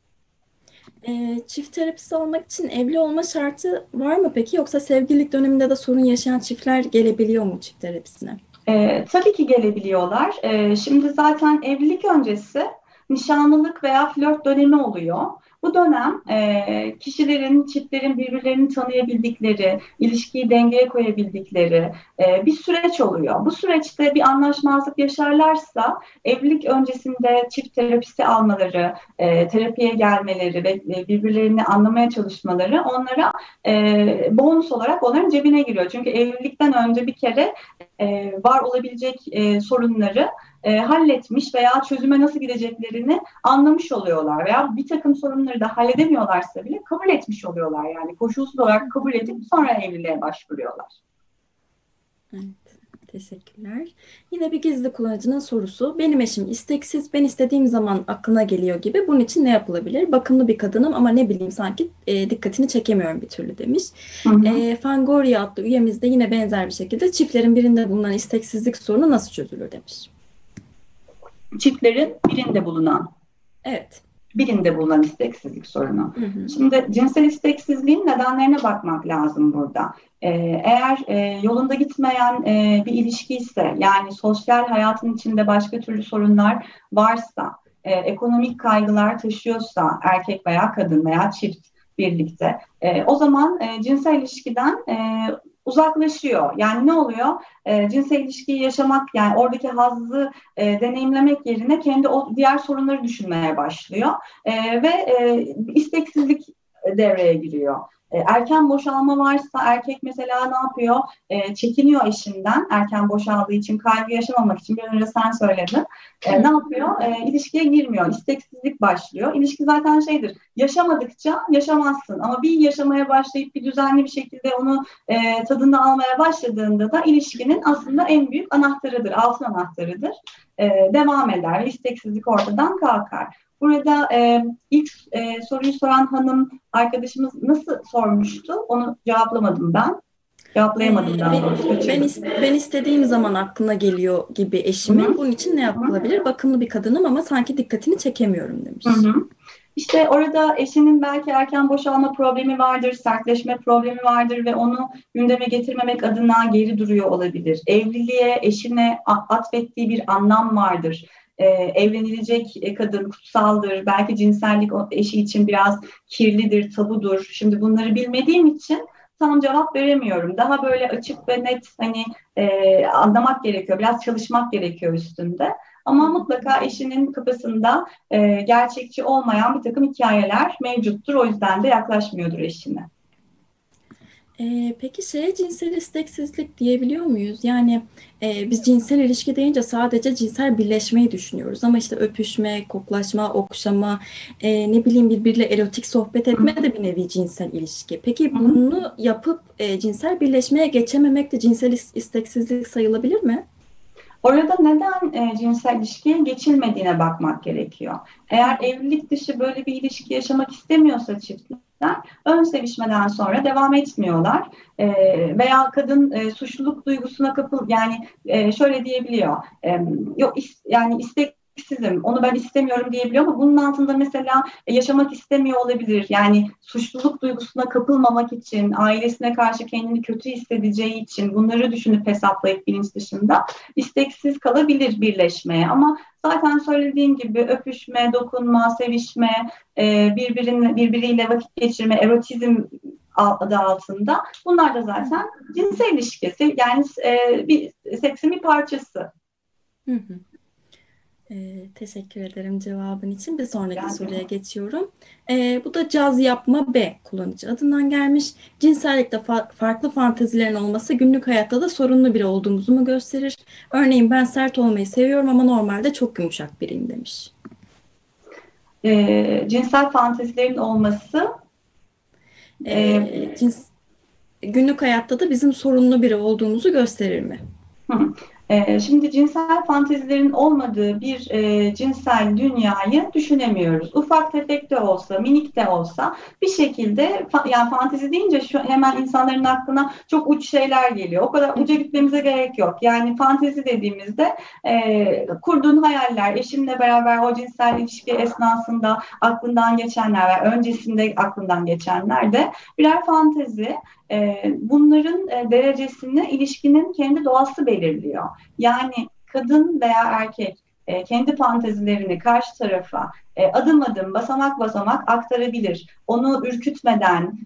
Çift terapisi olmak için evli olma şartı var mı peki? Yoksa sevgililik döneminde de sorun yaşayan çiftler gelebiliyor mu çift terapisine? Tabii ki gelebiliyorlar. Şimdi zaten evlilik öncesi nişanlılık veya flört dönemi oluyor. Bu dönem kişilerin, çiftlerin birbirlerini tanıyabildikleri, ilişkiyi dengeye koyabildikleri bir süreç oluyor. Bu süreçte bir anlaşmazlık yaşarlarsa evlilik öncesinde çift terapisi almaları, terapiye gelmeleri ve birbirlerini anlamaya çalışmaları onlara bonus olarak onların cebine giriyor. Çünkü evlilikten önce bir kere var olabilecek sorunları halletmiş veya çözüme nasıl gideceklerini anlamış oluyorlar veya bir takım sorunları da halledemiyorlarsa bile kabul etmiş oluyorlar, yani koşulsuz olarak kabul edip sonra evliliğe başvuruyorlar. Evet, teşekkürler. Yine bir gizli kullanıcının sorusu. Benim eşim isteksiz, ben istediğim zaman aklına geliyor gibi. Bunun için ne yapılabilir? Bakımlı bir kadınım ama ne bileyim sanki dikkatini çekemiyorum bir türlü demiş. Hı hı. Fangoria adlı üyemiz de yine benzer bir şekilde çiftlerin birinde bulunan isteksizlik sorunu nasıl çözülür demiş. Çiftlerin Evet. birinde bulunan isteksizlik sorunu. Hı hı. Şimdi cinsel isteksizliğin nedenlerine bakmak lazım burada. Eğer yolunda gitmeyen bir ilişki ise, yani sosyal hayatın içinde başka türlü sorunlar varsa, ekonomik kaygılar taşıyorsa erkek veya kadın veya çift birlikte, o zaman cinsel ilişkiden uzaklaşıyor. Yani ne oluyor? Cinsel ilişkiyi yaşamak, yani oradaki hazzı deneyimlemek yerine kendi o diğer sorunları düşünmeye başlıyor ve isteksizlik devreye giriyor. Erken boşalma varsa erkek mesela ne yapıyor? Çekiniyor eşinden, erken boşaldığı için, kaygı yaşamamak için. Biraz önce sen söyledin. Ne yapıyor? İlişkiye girmiyor. İsteksizlik başlıyor. İlişki zaten şeydir. Yaşamadıkça yaşamazsın. Ama bir yaşamaya başlayıp bir düzenli bir şekilde onu tadını almaya başladığında da ilişkinin aslında en büyük anahtarıdır. Altın anahtarıdır. Devam eder ve isteksizlik ortadan kalkar. Burada ilk soruyu soran hanım arkadaşımız nasıl sormuştu? Onu cevaplamadım ben. Cevaplayamadım daha doğrusu. Kaçırdım. Ben istediğim zaman aklına geliyor gibi Hı hı. eşimin. Bunun için ne Hı hı. yapılabilir? Bakımlı bir kadınım ama sanki dikkatini çekemiyorum demiş. Hı hı. İşte orada eşinin belki erken boşalma problemi vardır, sertleşme problemi vardır ve onu gündeme getirmemek adına geri duruyor olabilir. Evliliğe, eşine atfettiği bir anlam vardır. Evlenilecek kadın kutsaldır, belki cinsellik eşi için biraz kirlidir, tabudur. Şimdi bunları bilmediğim için tam cevap veremiyorum. Daha böyle açık ve net, hani anlamak gerekiyor, biraz çalışmak gerekiyor üstünde. Ama mutlaka eşinin kafasında gerçekçi olmayan bir takım hikayeler mevcuttur. O yüzden de yaklaşmıyordur eşine. Peki cinsel isteksizlik diyebiliyor muyuz? Yani biz cinsel ilişki deyince sadece cinsel birleşmeyi düşünüyoruz. Ama işte öpüşme, koklaşma, okşama, ne bileyim birbiriyle erotik sohbet etme de bir nevi cinsel ilişki. Peki bunu yapıp cinsel birleşmeye geçememek de cinsel isteksizlik sayılabilir mi? Orada neden cinsel ilişkiye geçilmediğine bakmak gerekiyor. Eğer evlilik dışı böyle bir ilişki yaşamak istemiyorsa çiftler, ön sevişmeden sonra devam etmiyorlar. Veya kadın suçluluk duygusuna yani şöyle diyebiliyor. Yok yani isteksizim, onu ben istemiyorum diyebiliyor ama bunun altında mesela yaşamak istemiyor olabilir. Yani suçluluk duygusuna kapılmamak için, ailesine karşı kendini kötü hissedeceği için bunları düşünüp hesaplayıp bilinç dışında isteksiz kalabilir birleşmeye. Ama zaten söylediğim gibi öpüşme, dokunma, sevişme, birbiriyle vakit geçirme, erotizm adı altında. Bunlar da zaten cinsel ilişkisi. Yani bir seksin bir parçası. Hı hı. Teşekkür ederim cevabın için. Bir sonraki Yani, soruya geçiyorum. Bu da caz yapma B kullanıcı adından gelmiş. Cinsellikte farklı fantezilerin olması günlük hayatta da sorunlu biri olduğumuzu mu gösterir? Örneğin ben sert olmayı seviyorum ama normalde çok yumuşak biriyim demiş. cinsel fantezilerin olması e, Ee, cins, günlük hayatta da bizim sorunlu biri olduğumuzu gösterir mi? Hı. Şimdi cinsel fantezilerin olmadığı bir cinsel dünyayı düşünemiyoruz. Ufak tefek de olsa, minik de olsa bir şekilde yani fantezi deyince şu hemen insanların aklına çok uç şeyler geliyor. O kadar uca gitmemize gerek yok. Yani fantezi dediğimizde kurduğun hayaller, eşinle beraber o cinsel ilişki esnasında aklından geçenler ve öncesinde aklından geçenler de birer fantezi. Bunların derecesini ilişkinin kendi doğası belirliyor. Yani kadın veya erkek kendi fantezilerini karşı tarafa adım adım, basamak basamak aktarabilir. Onu ürkütmeden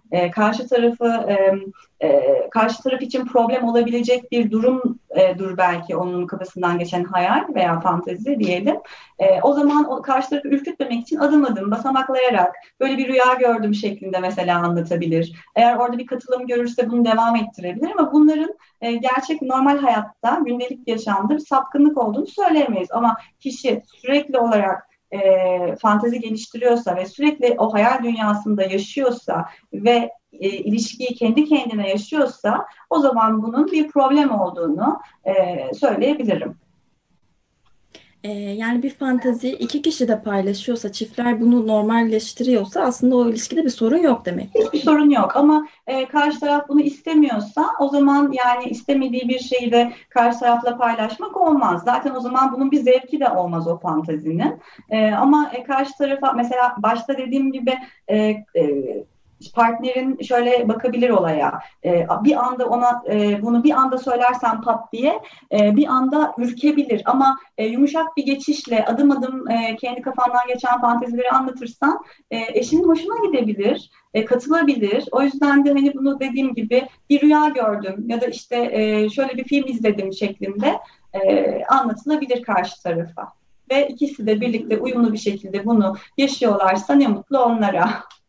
karşı taraf için problem olabilecek bir durumdur belki onun kafasından geçen hayal veya fantezi diyelim. O zaman o karşı tarafı ürkütmemek için adım adım basamaklayarak böyle bir rüya gördüm şeklinde mesela anlatabilir. Eğer orada bir katılım görürse bunu devam ettirebilir ama bunların gerçek normal hayatta, gündelik yaşamda bir sapkınlık olduğunu söyleyemeyiz. Ama kişi sürekli olarak fantezi geliştiriyorsa ve sürekli o hayal dünyasında yaşıyorsa ve ilişkiyi kendi kendine yaşıyorsa o zaman bunun bir problem olduğunu söyleyebilirim. Yani bir fantezi iki kişi de paylaşıyorsa, çiftler bunu normalleştiriyorsa aslında o ilişkide bir sorun yok demektir. Hiçbir sorun yok ama karşı taraf bunu istemiyorsa o zaman yani istemediği bir şeyi de karşı tarafla paylaşmak olmaz. Zaten o zaman bunun bir zevki de olmaz o fantezinin. Ama karşı tarafa mesela başta dediğim gibi partnerin şöyle bakabilir olaya. Bir anda ona bunu bir anda söylersen pat diye bir anda ürkebilir ama yumuşak bir geçişle adım adım kendi kafandan geçen fantezileri anlatırsan eşinin hoşuna gidebilir, katılabilir. O yüzden de hani bunu dediğim gibi bir rüya gördüm ya da işte şöyle bir film izledim şeklinde anlatılabilir karşı tarafa. Ve ikisi de birlikte uyumlu bir şekilde bunu yaşıyorlarsa ne mutlu onlara.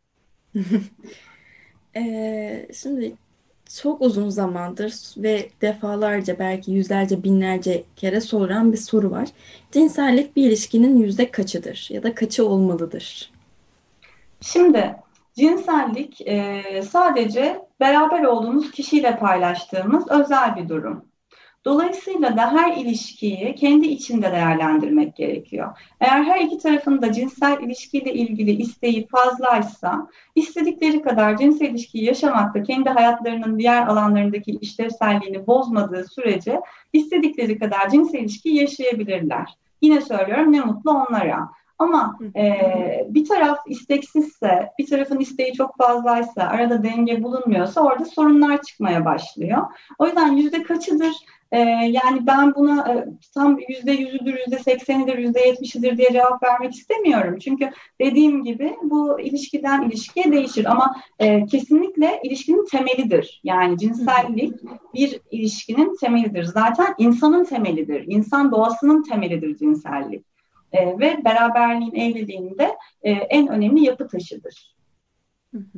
Şimdi çok uzun zamandır ve defalarca belki yüzlerce binlerce kere sorulan bir soru var. Cinsellik bir ilişkinin yüzde kaçıdır ya da kaçı olmalıdır? Şimdi cinsellik sadece beraber olduğumuz kişiyle paylaştığımız özel bir durum. Dolayısıyla da her ilişkiyi kendi içinde değerlendirmek gerekiyor. Eğer her iki tarafın da cinsel ilişkiyle ilgili isteği fazlaysa, istedikleri kadar cinsel ilişkiyi yaşamakta kendi hayatlarının diğer alanlarındaki işlevselliğini bozmadığı sürece istedikleri kadar cinsel ilişkiyi yaşayabilirler. Yine söylüyorum ne mutlu onlara. Ama bir taraf isteksizse, bir tarafın isteği çok fazlaysa, arada denge bulunmuyorsa orada sorunlar çıkmaya başlıyor. O yüzden yüzde kaçıdır? Yani ben buna tam %100'üdür, %80'idir, %70'idir diye cevap vermek istemiyorum. Çünkü dediğim gibi bu ilişkiden ilişkiye değişir ama kesinlikle ilişkinin temelidir. Yani cinsellik bir ilişkinin temelidir. Zaten insanın temelidir. İnsan doğasının temelidir cinsellik. Ve beraberliğin, evliliğinde en önemli yapı taşıdır. Hı hı.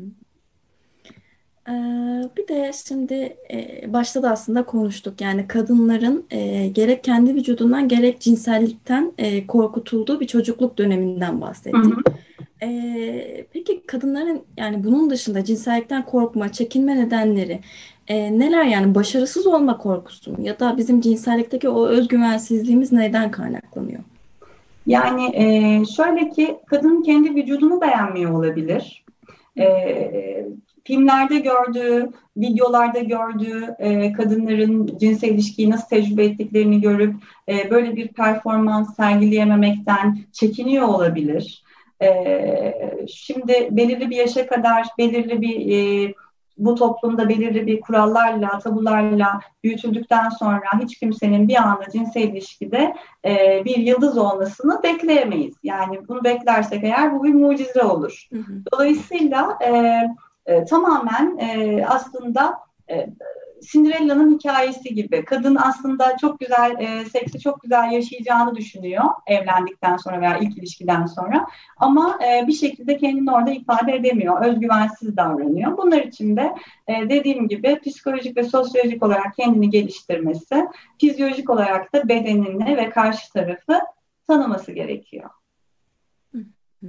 Bir de şimdi başta da aslında konuştuk. Yani kadınların gerek kendi vücudundan gerek cinsellikten korkutulduğu bir çocukluk döneminden Hı hı. bahsettik. Peki kadınların yani bunun dışında cinsellikten korkma, çekinme nedenleri neler yani başarısız olma korkusu mu? Ya da bizim cinsellikteki o özgüvensizliğimiz neden kaynaklanıyor? Yani şöyle ki kadın kendi vücudunu beğenmiyor olabilir. E, Filmlerde gördüğü, videolarda gördüğü kadınların cinsel ilişkiyi nasıl tecrübe ettiklerini görüp böyle bir performans sergileyememekten çekiniyor olabilir. Şimdi belirli bir yaşa kadar belirli bir bu toplumda belirli bir kurallarla, tabularla büyütüldükten sonra hiç kimsenin bir anda cinsel ilişkide bir yıldız olmasını bekleyemeyiz. Yani bunu beklersek eğer bu bir mucize olur. Hı hı. Dolayısıyla Tamamen aslında Cinderella'nın hikayesi gibi. Kadın aslında çok güzel, seksi çok güzel yaşayacağını düşünüyor evlendikten sonra veya ilk ilişkiden sonra. Ama bir şekilde kendini orada ifade edemiyor. Özgüvensiz davranıyor. Bunlar için de dediğim gibi psikolojik ve sosyolojik olarak kendini geliştirmesi, fizyolojik olarak da bedenini ve karşı tarafı tanıması gerekiyor. Hı hı.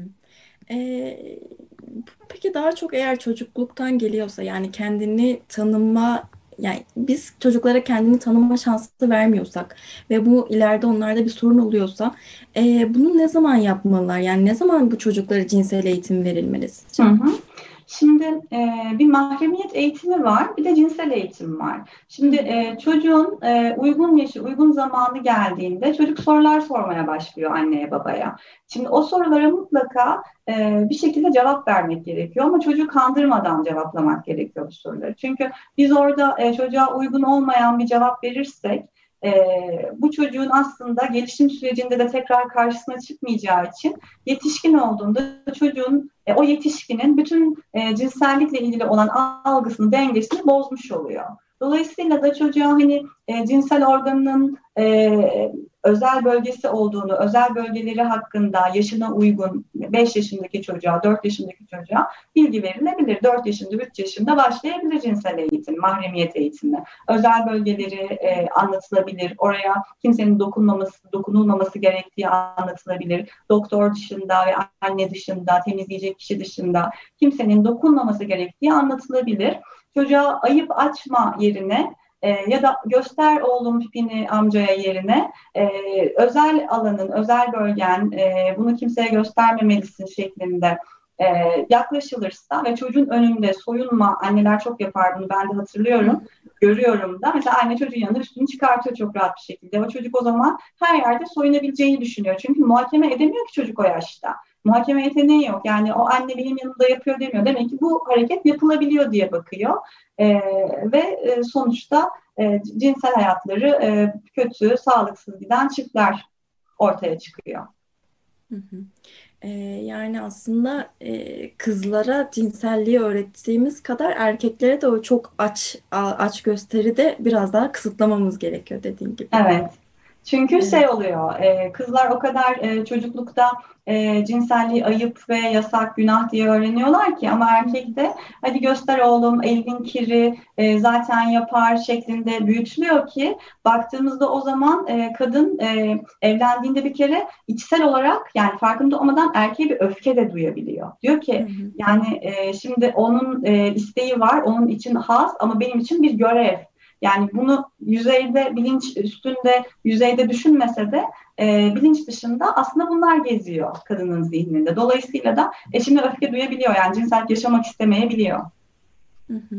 Ee, peki daha çok eğer çocukluktan geliyorsa, yani kendini tanıma, yani biz çocuklara kendini tanıma şansı vermiyorsak ve bu ileride onlarda bir sorun oluyorsa, bunu ne zaman yapmalılar? Yani ne zaman bu çocuklara cinsel eğitim verilmeli Hı sizce? hı. Şimdi bir mahremiyet eğitimi var, bir de cinsel eğitim var. Hı Şimdi çocuğun uygun yaşı, uygun zamanı geldiğinde çocuk sorular sormaya başlıyor anneye babaya. Şimdi o sorulara mutlaka bir şekilde cevap vermek gerekiyor ama çocuğu kandırmadan cevaplamak gerekiyor bu soruları. Çünkü biz orada çocuğa uygun olmayan bir cevap verirsek bu çocuğun aslında gelişim sürecinde de tekrar karşısına çıkmayacağı için yetişkin olduğunda çocuğun o yetişkinin bütün cinsellikle ilgili olan algısını, dengesini bozmuş oluyor. Dolayısıyla da çocuğa hani cinsel organının özel bölgesi olduğunu, özel bölgeleri hakkında yaşına uygun 5 yaşındaki çocuğa, 4 yaşındaki çocuğa bilgi verilebilir. 4 yaşında, 3 yaşında başlayabilir cinsel eğitim, mahremiyet eğitimi. Özel bölgeleri anlatılabilir. Oraya kimsenin dokunulmaması gerektiği anlatılabilir. Doktor dışında ve anne dışında, temizleyecek kişi dışında kimsenin dokunmaması gerektiği anlatılabilir. Çocuğa ayıp açma yerine ya da göster oğlum pipini amcaya yerine özel alanın, özel bölgen, bunu kimseye göstermemelisin şeklinde yaklaşılırsa ve çocuğun önünde soyunma, anneler çok yapar bunu, ben de hatırlıyorum, görüyorum da. Mesela anne çocuğun yanında üstünü çıkartıyor çok rahat bir şekilde. O çocuk o zaman her yerde soyunabileceğini düşünüyor. Çünkü muhakeme edemiyor ki çocuk o yaşta. Muhakeme yeteneği yok. Yani o anne benim yanımda yapıyor demiyor. Demek ki bu hareket yapılabiliyor diye bakıyor. Ve sonuçta cinsel hayatları kötü, sağlıksız giden çiftler ortaya çıkıyor. hı. Yani aslında kızlara cinselliği öğrettiğimiz kadar erkeklere de o çok aç gösteri de biraz daha kısıtlamamız gerekiyor dediğin gibi. Evet. Çünkü Evet. şey oluyor, kızlar o kadar çocuklukta cinselliği ayıp ve yasak, günah diye öğreniyorlar ki ama Hı erkek de hadi göster oğlum, elin kiri zaten yapar şeklinde büyütülüyor ki baktığımızda o zaman kadın evlendiğinde bir kere içsel olarak yani farkında olmadan erkeğe bir öfke de duyabiliyor. Diyor hı. ki Hı. yani şimdi onun isteği var, onun için has ama benim için bir görev. Yani bunu yüzeyde, bilinç üstünde, yüzeyde düşünmese de bilinç dışında aslında bunlar geziyor kadının zihninde. Dolayısıyla da eşine öfke duyabiliyor. Yani cinsellik yaşamak istemeyebiliyor. Hı hı.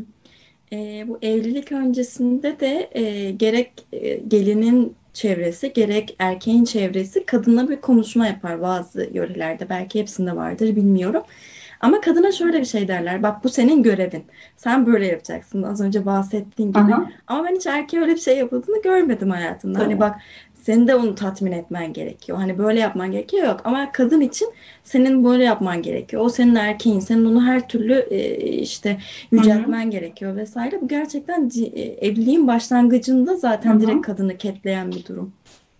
Bu evlilik öncesinde de gerek gelinin çevresi gerek erkeğin çevresi kadına bir konuşma yapar bazı yörelerde. Belki hepsinde vardır bilmiyorum. Ama kadına şöyle bir şey derler. Bak bu senin görevin. Sen böyle yapacaksın. Az önce bahsettiğin gibi. Aha, Ama ben hiç erkeğe öyle bir şey yapıldığını görmedim hayatımda. Hani tabii. bak senin de onu tatmin etmen gerekiyor. Hani böyle yapman gerekiyor yok. Ama kadın için senin böyle yapman gerekiyor. O senin erkeğin. Senin onu her türlü işte Hı hı, yüceltmen gerekiyor vesaire. Bu gerçekten evliliğin başlangıcında hı zaten direkt hı. kadını ketleyen bir durum.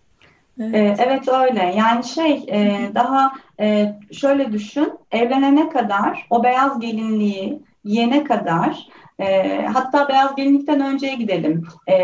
Evet. Evet öyle. Yani şey daha şöyle düşün. Evlenene kadar o beyaz gelinliği giyene kadar hatta beyaz gelinlikten önceye gidelim.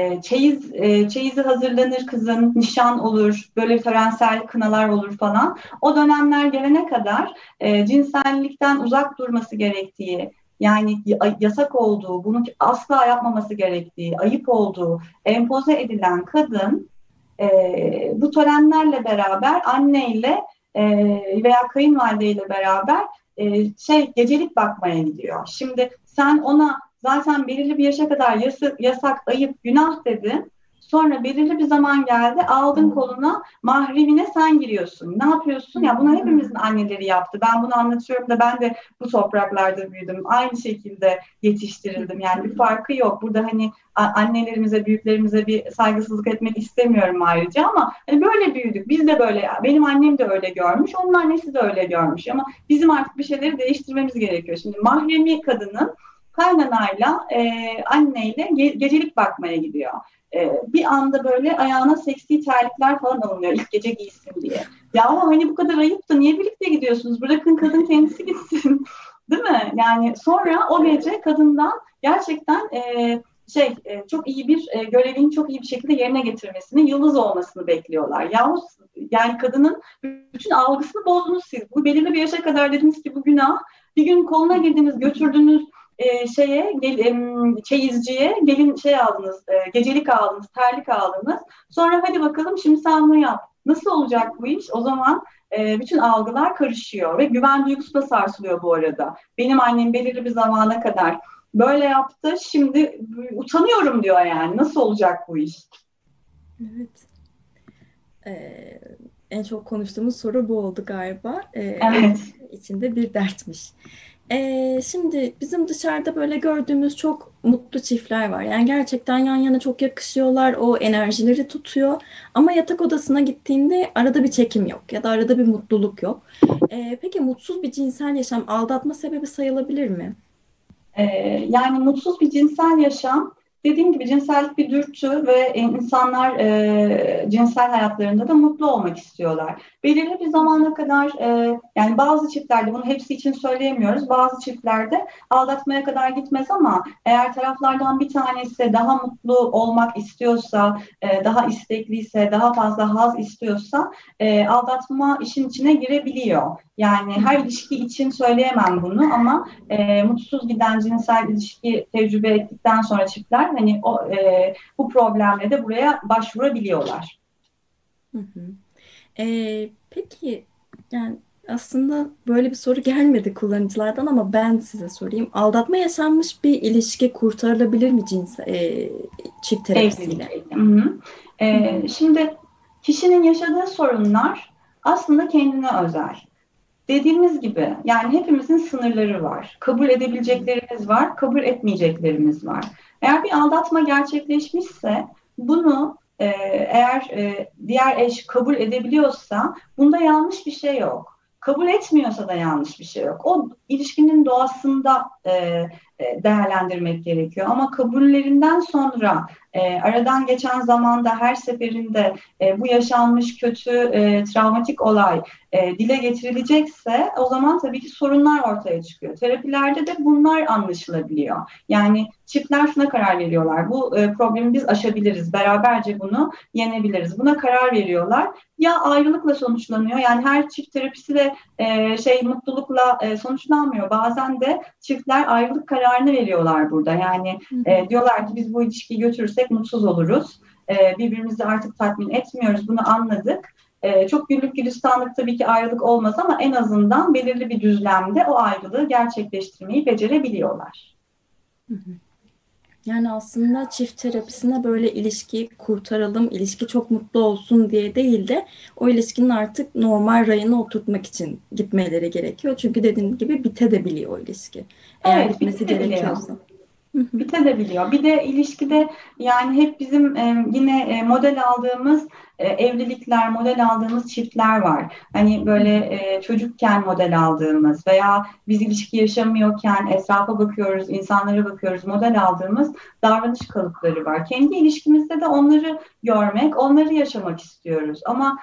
Çeyizi hazırlanır kızın, nişan olur, böyle törensel kınalar olur falan. O dönemler gelene kadar cinsellikten uzak durması gerektiği, yani yasak olduğu, bunu asla yapmaması gerektiği, ayıp olduğu empoze edilen kadın bu törenlerle beraber anneyle veya kayınvalideyle beraber gecelik bakmaya gidiyor. Şimdi sen ona zaten belirli bir yaşa kadar yasak, ayıp, günah dedin. Sonra belirli bir zaman geldi, aldın koluna, mahremine sen giriyorsun. Ne yapıyorsun? Ya bunu hepimizin anneleri yaptı. Ben bunu anlatıyorum da ben de bu topraklarda büyüdüm. Aynı şekilde yetiştirildim. Yani bir farkı yok. Burada hani annelerimize, büyüklerimize bir saygısızlık etmek istemiyorum ayrıca ama hani böyle büyüdük. Biz de böyle, benim annem de öyle görmüş, onun annesi de öyle görmüş ama bizim artık bir şeyleri değiştirmemiz gerekiyor. Şimdi mahremi kadının kaynanayla, anneyle gecelik bakmaya gidiyor. Bir anda böyle ayağına seksi terlikler falan alınıyor ilk gece giysin diye. Ya ama hani bu kadar ayıp da niye birlikte gidiyorsunuz? Bırakın kadın kendisi gitsin. Değil mi? Yani sonra o gece kadından gerçekten çok iyi bir görevini çok iyi bir şekilde yerine getirmesini, yıldız olmasını bekliyorlar. Yahut yani kadının bütün algısını bozdunuz siz. Bu belirli bir yaşa kadar dediniz ki bu günah. Bir gün koluna girdiniz, götürdünüz çeyizciye, gelin şey aldınız, gecelik aldınız, terlik aldınız. Sonra hadi bakalım şimdi sen bunu yap. Nasıl olacak bu iş? O zaman bütün algılar karışıyor ve güven duygusu da sarsılıyor bu arada. Benim annem belirli bir zamana kadar böyle yaptı. Şimdi utanıyorum diyor yani. Nasıl olacak bu iş? Evet. Ee, En çok konuştuğumuz soru bu oldu galiba. Evet. Evlilik içinde bir dertmiş. Şimdi bizim dışarıda böyle gördüğümüz çok mutlu çiftler var. Yani gerçekten yan yana çok yakışıyorlar. O enerjileri tutuyor. Ama yatak odasına gittiğinde arada bir çekim yok ya da arada bir mutluluk yok. Peki mutsuz bir cinsel yaşam aldatma sebebi sayılabilir mi? Ee, Yani mutsuz bir cinsel yaşam, dediğim gibi cinsellik bir dürtü ve insanlar cinsel hayatlarında da mutlu olmak istiyorlar. Belirli bir zamana kadar yani bazı çiftlerde, bunu hepsi için söyleyemiyoruz, bazı çiftlerde aldatmaya kadar gitmez ama eğer taraflardan bir tanesi daha mutlu olmak istiyorsa, daha istekliyse, daha fazla haz istiyorsa aldatma işin içine girebiliyor. Yani her ilişki için söyleyemem bunu ama mutsuz giden cinsel ilişki tecrübe ettikten sonra çiftler hani bu problemle de buraya başvurabiliyorlar. Hı hı. Peki yani aslında böyle bir soru gelmedi kullanıcılardan ama ben size sorayım. Aldatma yaşanmış bir ilişki kurtarılabilir mi çift terapisiyle? Evlilik. Hı hı. Hı hı. Şimdi kişinin yaşadığı sorunlar aslında kendine özel. Dediğimiz gibi yani hepimizin sınırları var. Kabul edebileceklerimiz var, kabul etmeyeceklerimiz var. Eğer bir aldatma gerçekleşmişse bunu eğer diğer eş kabul edebiliyorsa bunda yanlış bir şey yok. Kabul etmiyorsa da yanlış bir şey yok. O ilişkinin doğasında değerlendirmek gerekiyor. Ama kabullerinden sonra aradan geçen zamanda her seferinde bu yaşanmış kötü travmatik olay dile getirilecekse o zaman tabii ki sorunlar ortaya çıkıyor. Terapilerde de bunlar anlaşılabiliyor. Yani çiftler şuna karar veriyorlar. Bu problemi biz aşabiliriz. Beraberce bunu yenebiliriz. Buna karar veriyorlar. Ya ayrılıkla sonuçlanıyor. Yani her çift terapisi de mutlulukla sonuçlanmıyor. Bazen de çiftler ayrılık kararını veriyorlar burada. Yani Hı hı. diyorlar ki biz bu ilişkiyi götürürsek mutsuz oluruz. Birbirimizi artık tatmin etmiyoruz. Bunu anladık. Çok güllük gülistanlık tabii ki ayrılık olmaz ama en azından belirli bir düzlemde o ayrılığı gerçekleştirmeyi becerebiliyorlar. Hı hı. Yani aslında çift terapisine böyle ilişki kurtaralım, ilişki çok mutlu olsun diye değil de o ilişkinin artık normal rayına oturtmak için gitmeleri gerekiyor. Çünkü dediğim gibi bitebiliyor o ilişki. Eğer Evet, bitmesi bitebiliyor. gerekiyorsa. Hı hı. Bitebiliyor. Bir de ilişkide yani hep bizim yine model aldığımız evlilikler, model aldığımız çiftler var. Hani Hı böyle hı. çocukken model aldığımız veya biz ilişki yaşamıyorken etrafa bakıyoruz, insanlara bakıyoruz, model aldığımız davranış kalıpları var. Kendi ilişkimizde de onları görmek, onları yaşamak istiyoruz. Ama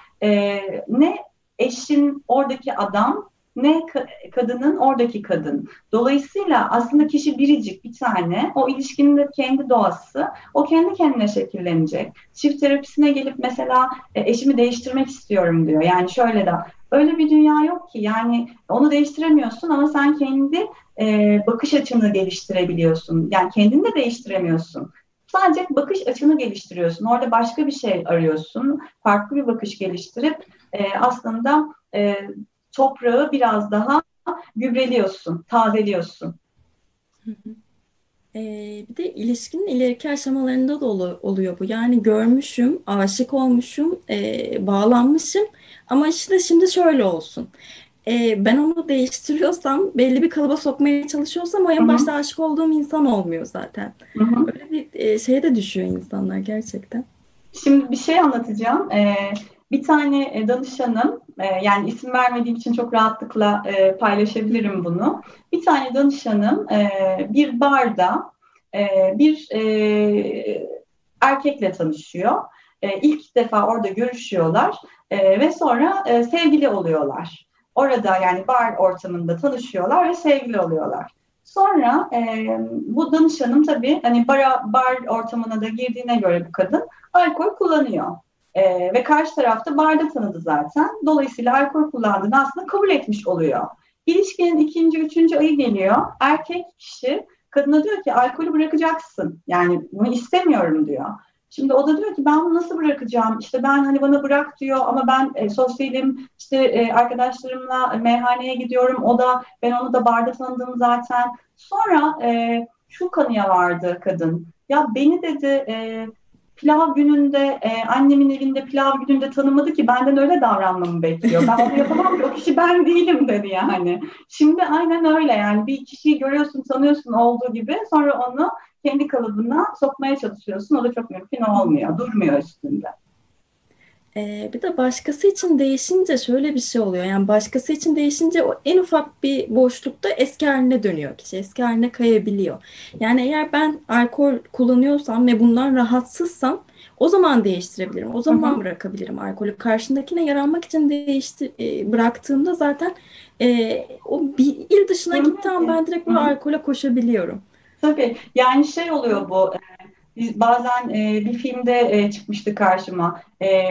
ne eşin oradaki adam ne kadının oradaki kadın. Dolayısıyla aslında kişi biricik bir tane. O ilişkinin de kendi doğası. O kendi kendine şekillenecek. Çift terapisine gelip mesela eşimi değiştirmek istiyorum diyor. Yani şöyle de öyle bir dünya yok ki. Yani onu değiştiremiyorsun ama sen kendi bakış açını geliştirebiliyorsun. Yani kendini de değiştiremiyorsun. Sadece bakış açını geliştiriyorsun. Orada başka bir şey arıyorsun. Farklı bir bakış geliştirip aslında toprağı biraz daha gübreliyorsun, tazeliyorsun. Bir de ilişkinin ileriki aşamalarında da oluyor bu. Yani görmüşüm, aşık olmuşum, bağlanmışım ama işte şimdi şöyle olsun. Ben onu değiştiriyorsam, belli bir kalıba sokmaya çalışıyorsam o Hı en hı, başta aşık olduğum insan olmuyor zaten. hı hı. Öyle bir şeye de düşüyor insanlar gerçekten. Şimdi bir şey anlatacağım. Bir tane danışanım, yani isim vermediğim için çok rahatlıkla Hı hı. paylaşabilirim bunu. Bir tane danışanım bir barda bir erkekle tanışıyor. İlk defa orada görüşüyorlar ve sonra sevgili oluyorlar. Orada yani bar ortamında tanışıyorlar ve sevgili oluyorlar. Sonra bu danışanım tabii hani bar ortamına da girdiğine göre bu kadın alkol kullanıyor. Ve karşı tarafta barda tanıdı zaten. Dolayısıyla alkol kullandığını aslında kabul etmiş oluyor. İlişkinin ikinci, üçüncü ayı geliyor. Erkek kişi kadına diyor ki alkolü bırakacaksın. Yani bunu istemiyorum diyor. Şimdi o da diyor ki ben bunu nasıl bırakacağım? İşte ben hani bana bırak diyor ama ben sosyalim, işte arkadaşlarımla meyhaneye gidiyorum. O da ben onu da barda tanıdım zaten. Sonra şu kanıya vardı kadın. Ya beni dedi pilav gününde annemin evinde pilav gününde tanımadı ki benden öyle davranmamı bekliyor. Ben onu yapamam ki o kişi ben değilim dedi yani. Şimdi aynen öyle yani bir kişiyi görüyorsun tanıyorsun olduğu gibi sonra onu kendi kalıbına sokmaya çalışıyorsun. O da çok mümkün olmuyor. Durmuyor üstünde. Bir de başkası için değişince şöyle bir şey oluyor. Yani başkası için değişince o en ufak bir boşlukta eski haline dönüyor kişi. Eski haline kayabiliyor. Yani eğer ben alkol kullanıyorsam ve bundan rahatsızsam o zaman değiştirebilirim. O Hı zaman hı, bırakabilirim alkolü. Karşındakine yaranmak için bıraktığımda zaten o bir il dışına gittiği durmuyor an ki. ben direkt Hı böyle hı. alkole koşabiliyorum. Tabii yani şey oluyor bu. Biz bazen bir filmde çıkmıştı karşıma.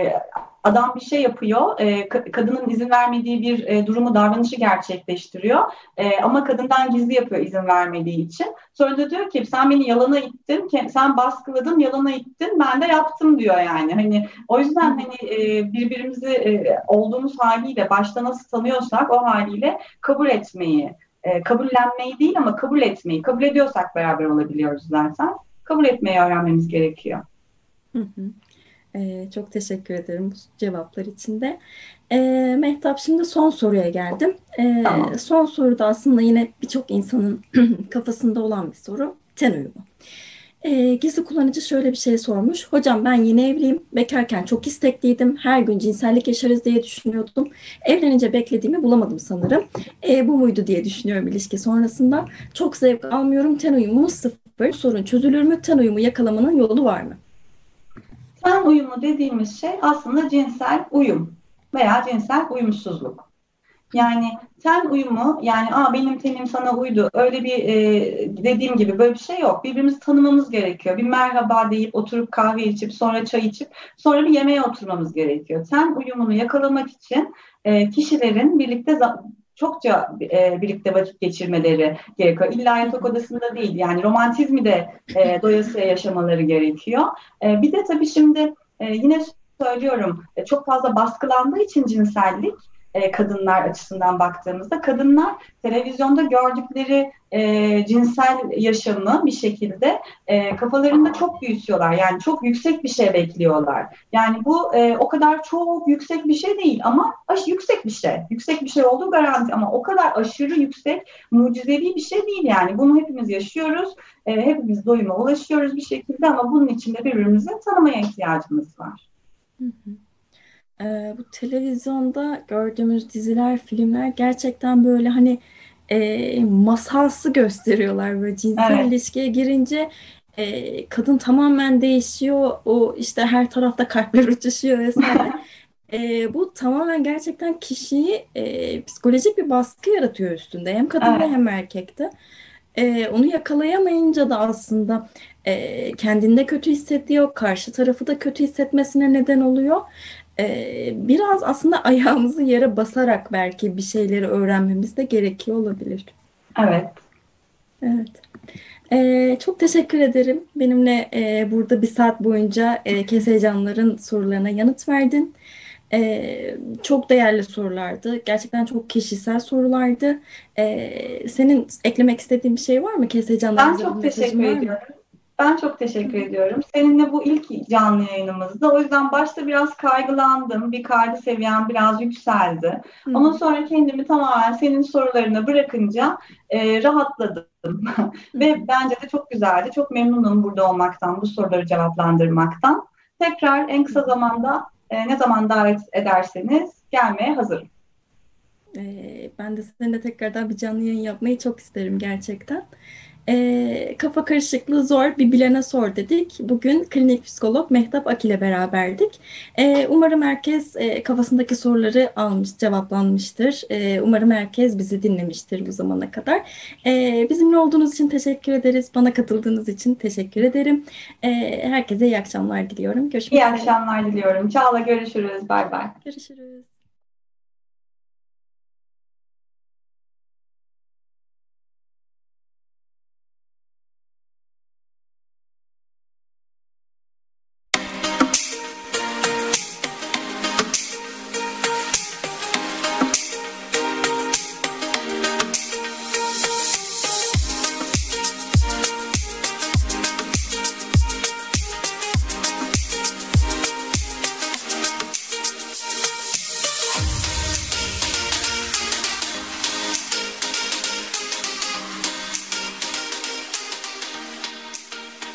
Adam bir şey yapıyor, kadının izin vermediği bir durumu, davranışı gerçekleştiriyor. Ama kadından gizli yapıyor izin vermediği için. Sonra da diyor ki sen beni yalana ittin, sen baskıladın, yalana ittin, ben de yaptım diyor yani. Hani o Hı yüzden hı. hani birbirimizi olduğumuz haliyle, başta nasıl tanıyorsak o haliyle kabul etmeyi, kabullenmeyi değil ama kabul etmeyi, kabul ediyorsak beraber olabiliyoruz zaten. Kabul etmeyi öğrenmemiz gerekiyor. Hı hı. Çok teşekkür ederim bu cevaplar için de. Mehtap, şimdi son soruya geldim. Tamam. Son soruda aslında yine birçok insanın kafasında olan bir soru. Ten uyumu. Gizli kullanıcı şöyle bir şey sormuş. Hocam, ben yeni evliyim. Bekarken çok istekliydim. Her gün cinsellik yaşarız diye düşünüyordum. Evlenince beklediğimi bulamadım sanırım. Bu muydu diye düşünüyorum ilişki sonrasında. Çok zevk almıyorum. Ten uyumumuz sıfır. Sorun çözülür mü? Ten uyumu yakalamanın yolu var mı? Ten uyumu dediğimiz şey aslında cinsel uyum veya cinsel uyumsuzluk. Yani ten uyumu yani benim tenim sana uydu öyle bir dediğim gibi böyle bir şey yok. Birbirimizi tanımamız gerekiyor. Bir merhaba deyip oturup kahve içip sonra çay içip sonra bir yemeğe oturmamız gerekiyor. Ten uyumunu yakalamak için kişilerin çokça birlikte vakit geçirmeleri gerekiyor. İlla yatak odasında değil yani romantizmi de doyasıya yaşamaları gerekiyor. Bir de tabii şimdi yine söylüyorum çok fazla baskılandığı için cinsellik kadınlar açısından baktığımızda kadınlar televizyonda gördükleri cinsel yaşamı bir şekilde kafalarında çok büyütüyorlar. Yani çok yüksek bir şey bekliyorlar. Yani bu o kadar çok yüksek bir şey değil ama yüksek bir şey. Yüksek bir şey olduğu garanti ama o kadar aşırı yüksek, mucizevi bir şey değil yani. Bunu hepimiz yaşıyoruz. Hepimiz doyuma ulaşıyoruz bir şekilde ama bunun için de birbirimizi tanımaya ihtiyacımız var. Hı hı. Bu televizyonda gördüğümüz diziler, filmler gerçekten böyle hani masalsı gösteriyorlar. Böyle cinsel Evet, ilişkiye girince kadın tamamen değişiyor. O işte her tarafta kalpler uçuşuyor vesaire. Bu tamamen gerçekten kişiyi psikolojik bir baskı yaratıyor üstünde. Hem kadında evet, hem erkekte. Onu yakalayamayınca da aslında kendinde kötü hissediyor, karşı tarafı da kötü hissetmesine neden oluyor. Biraz aslında ayağımızı yere basarak belki bir şeyleri öğrenmemiz de gerekiyor olabilir. evet. Evet. Çok teşekkür ederim. Benimle burada bir saat boyunca Kesecanların sorularına yanıt verdin. Çok değerli sorulardı. Gerçekten çok kişisel sorulardı. Senin eklemek istediğin bir şey var mı? KS Ben canlarımıza bir çok teşekkür mesajın var mı? ediyorum. Ben çok Hı teşekkür hı. ediyorum. Seninle bu ilk canlı yayınımızda. O yüzden başta biraz kaygılandım. Bir kaygı seviyem biraz yükseldi. Hı Ama hı. sonra kendimi tamamen senin sorularına bırakınca rahatladım. Hı Ve hı. bence de çok güzeldi. Çok memnunum burada olmaktan, bu soruları cevaplandırmaktan. Tekrar en Hı kısa hı. zamanda ne zaman davet ederseniz gelmeye hazırım. Ben de seninle tekrardan bir canlı yayın yapmayı çok isterim gerçekten. Kafa karışıklığı zor, bir bilene sor dedik. Bugün klinik psikolog Mehtap Ak ile beraberdik. Umarım herkes kafasındaki soruları almış, cevaplanmıştır. Umarım herkes bizi dinlemiştir bu zamana kadar. Bizimle olduğunuz için teşekkür ederiz. Bana katıldığınız için teşekkür ederim. Herkese iyi akşamlar diliyorum. İyi Görüşmek üzere. akşamlar diliyorum. Çağla görüşürüz. Bay bay. Görüşürüz.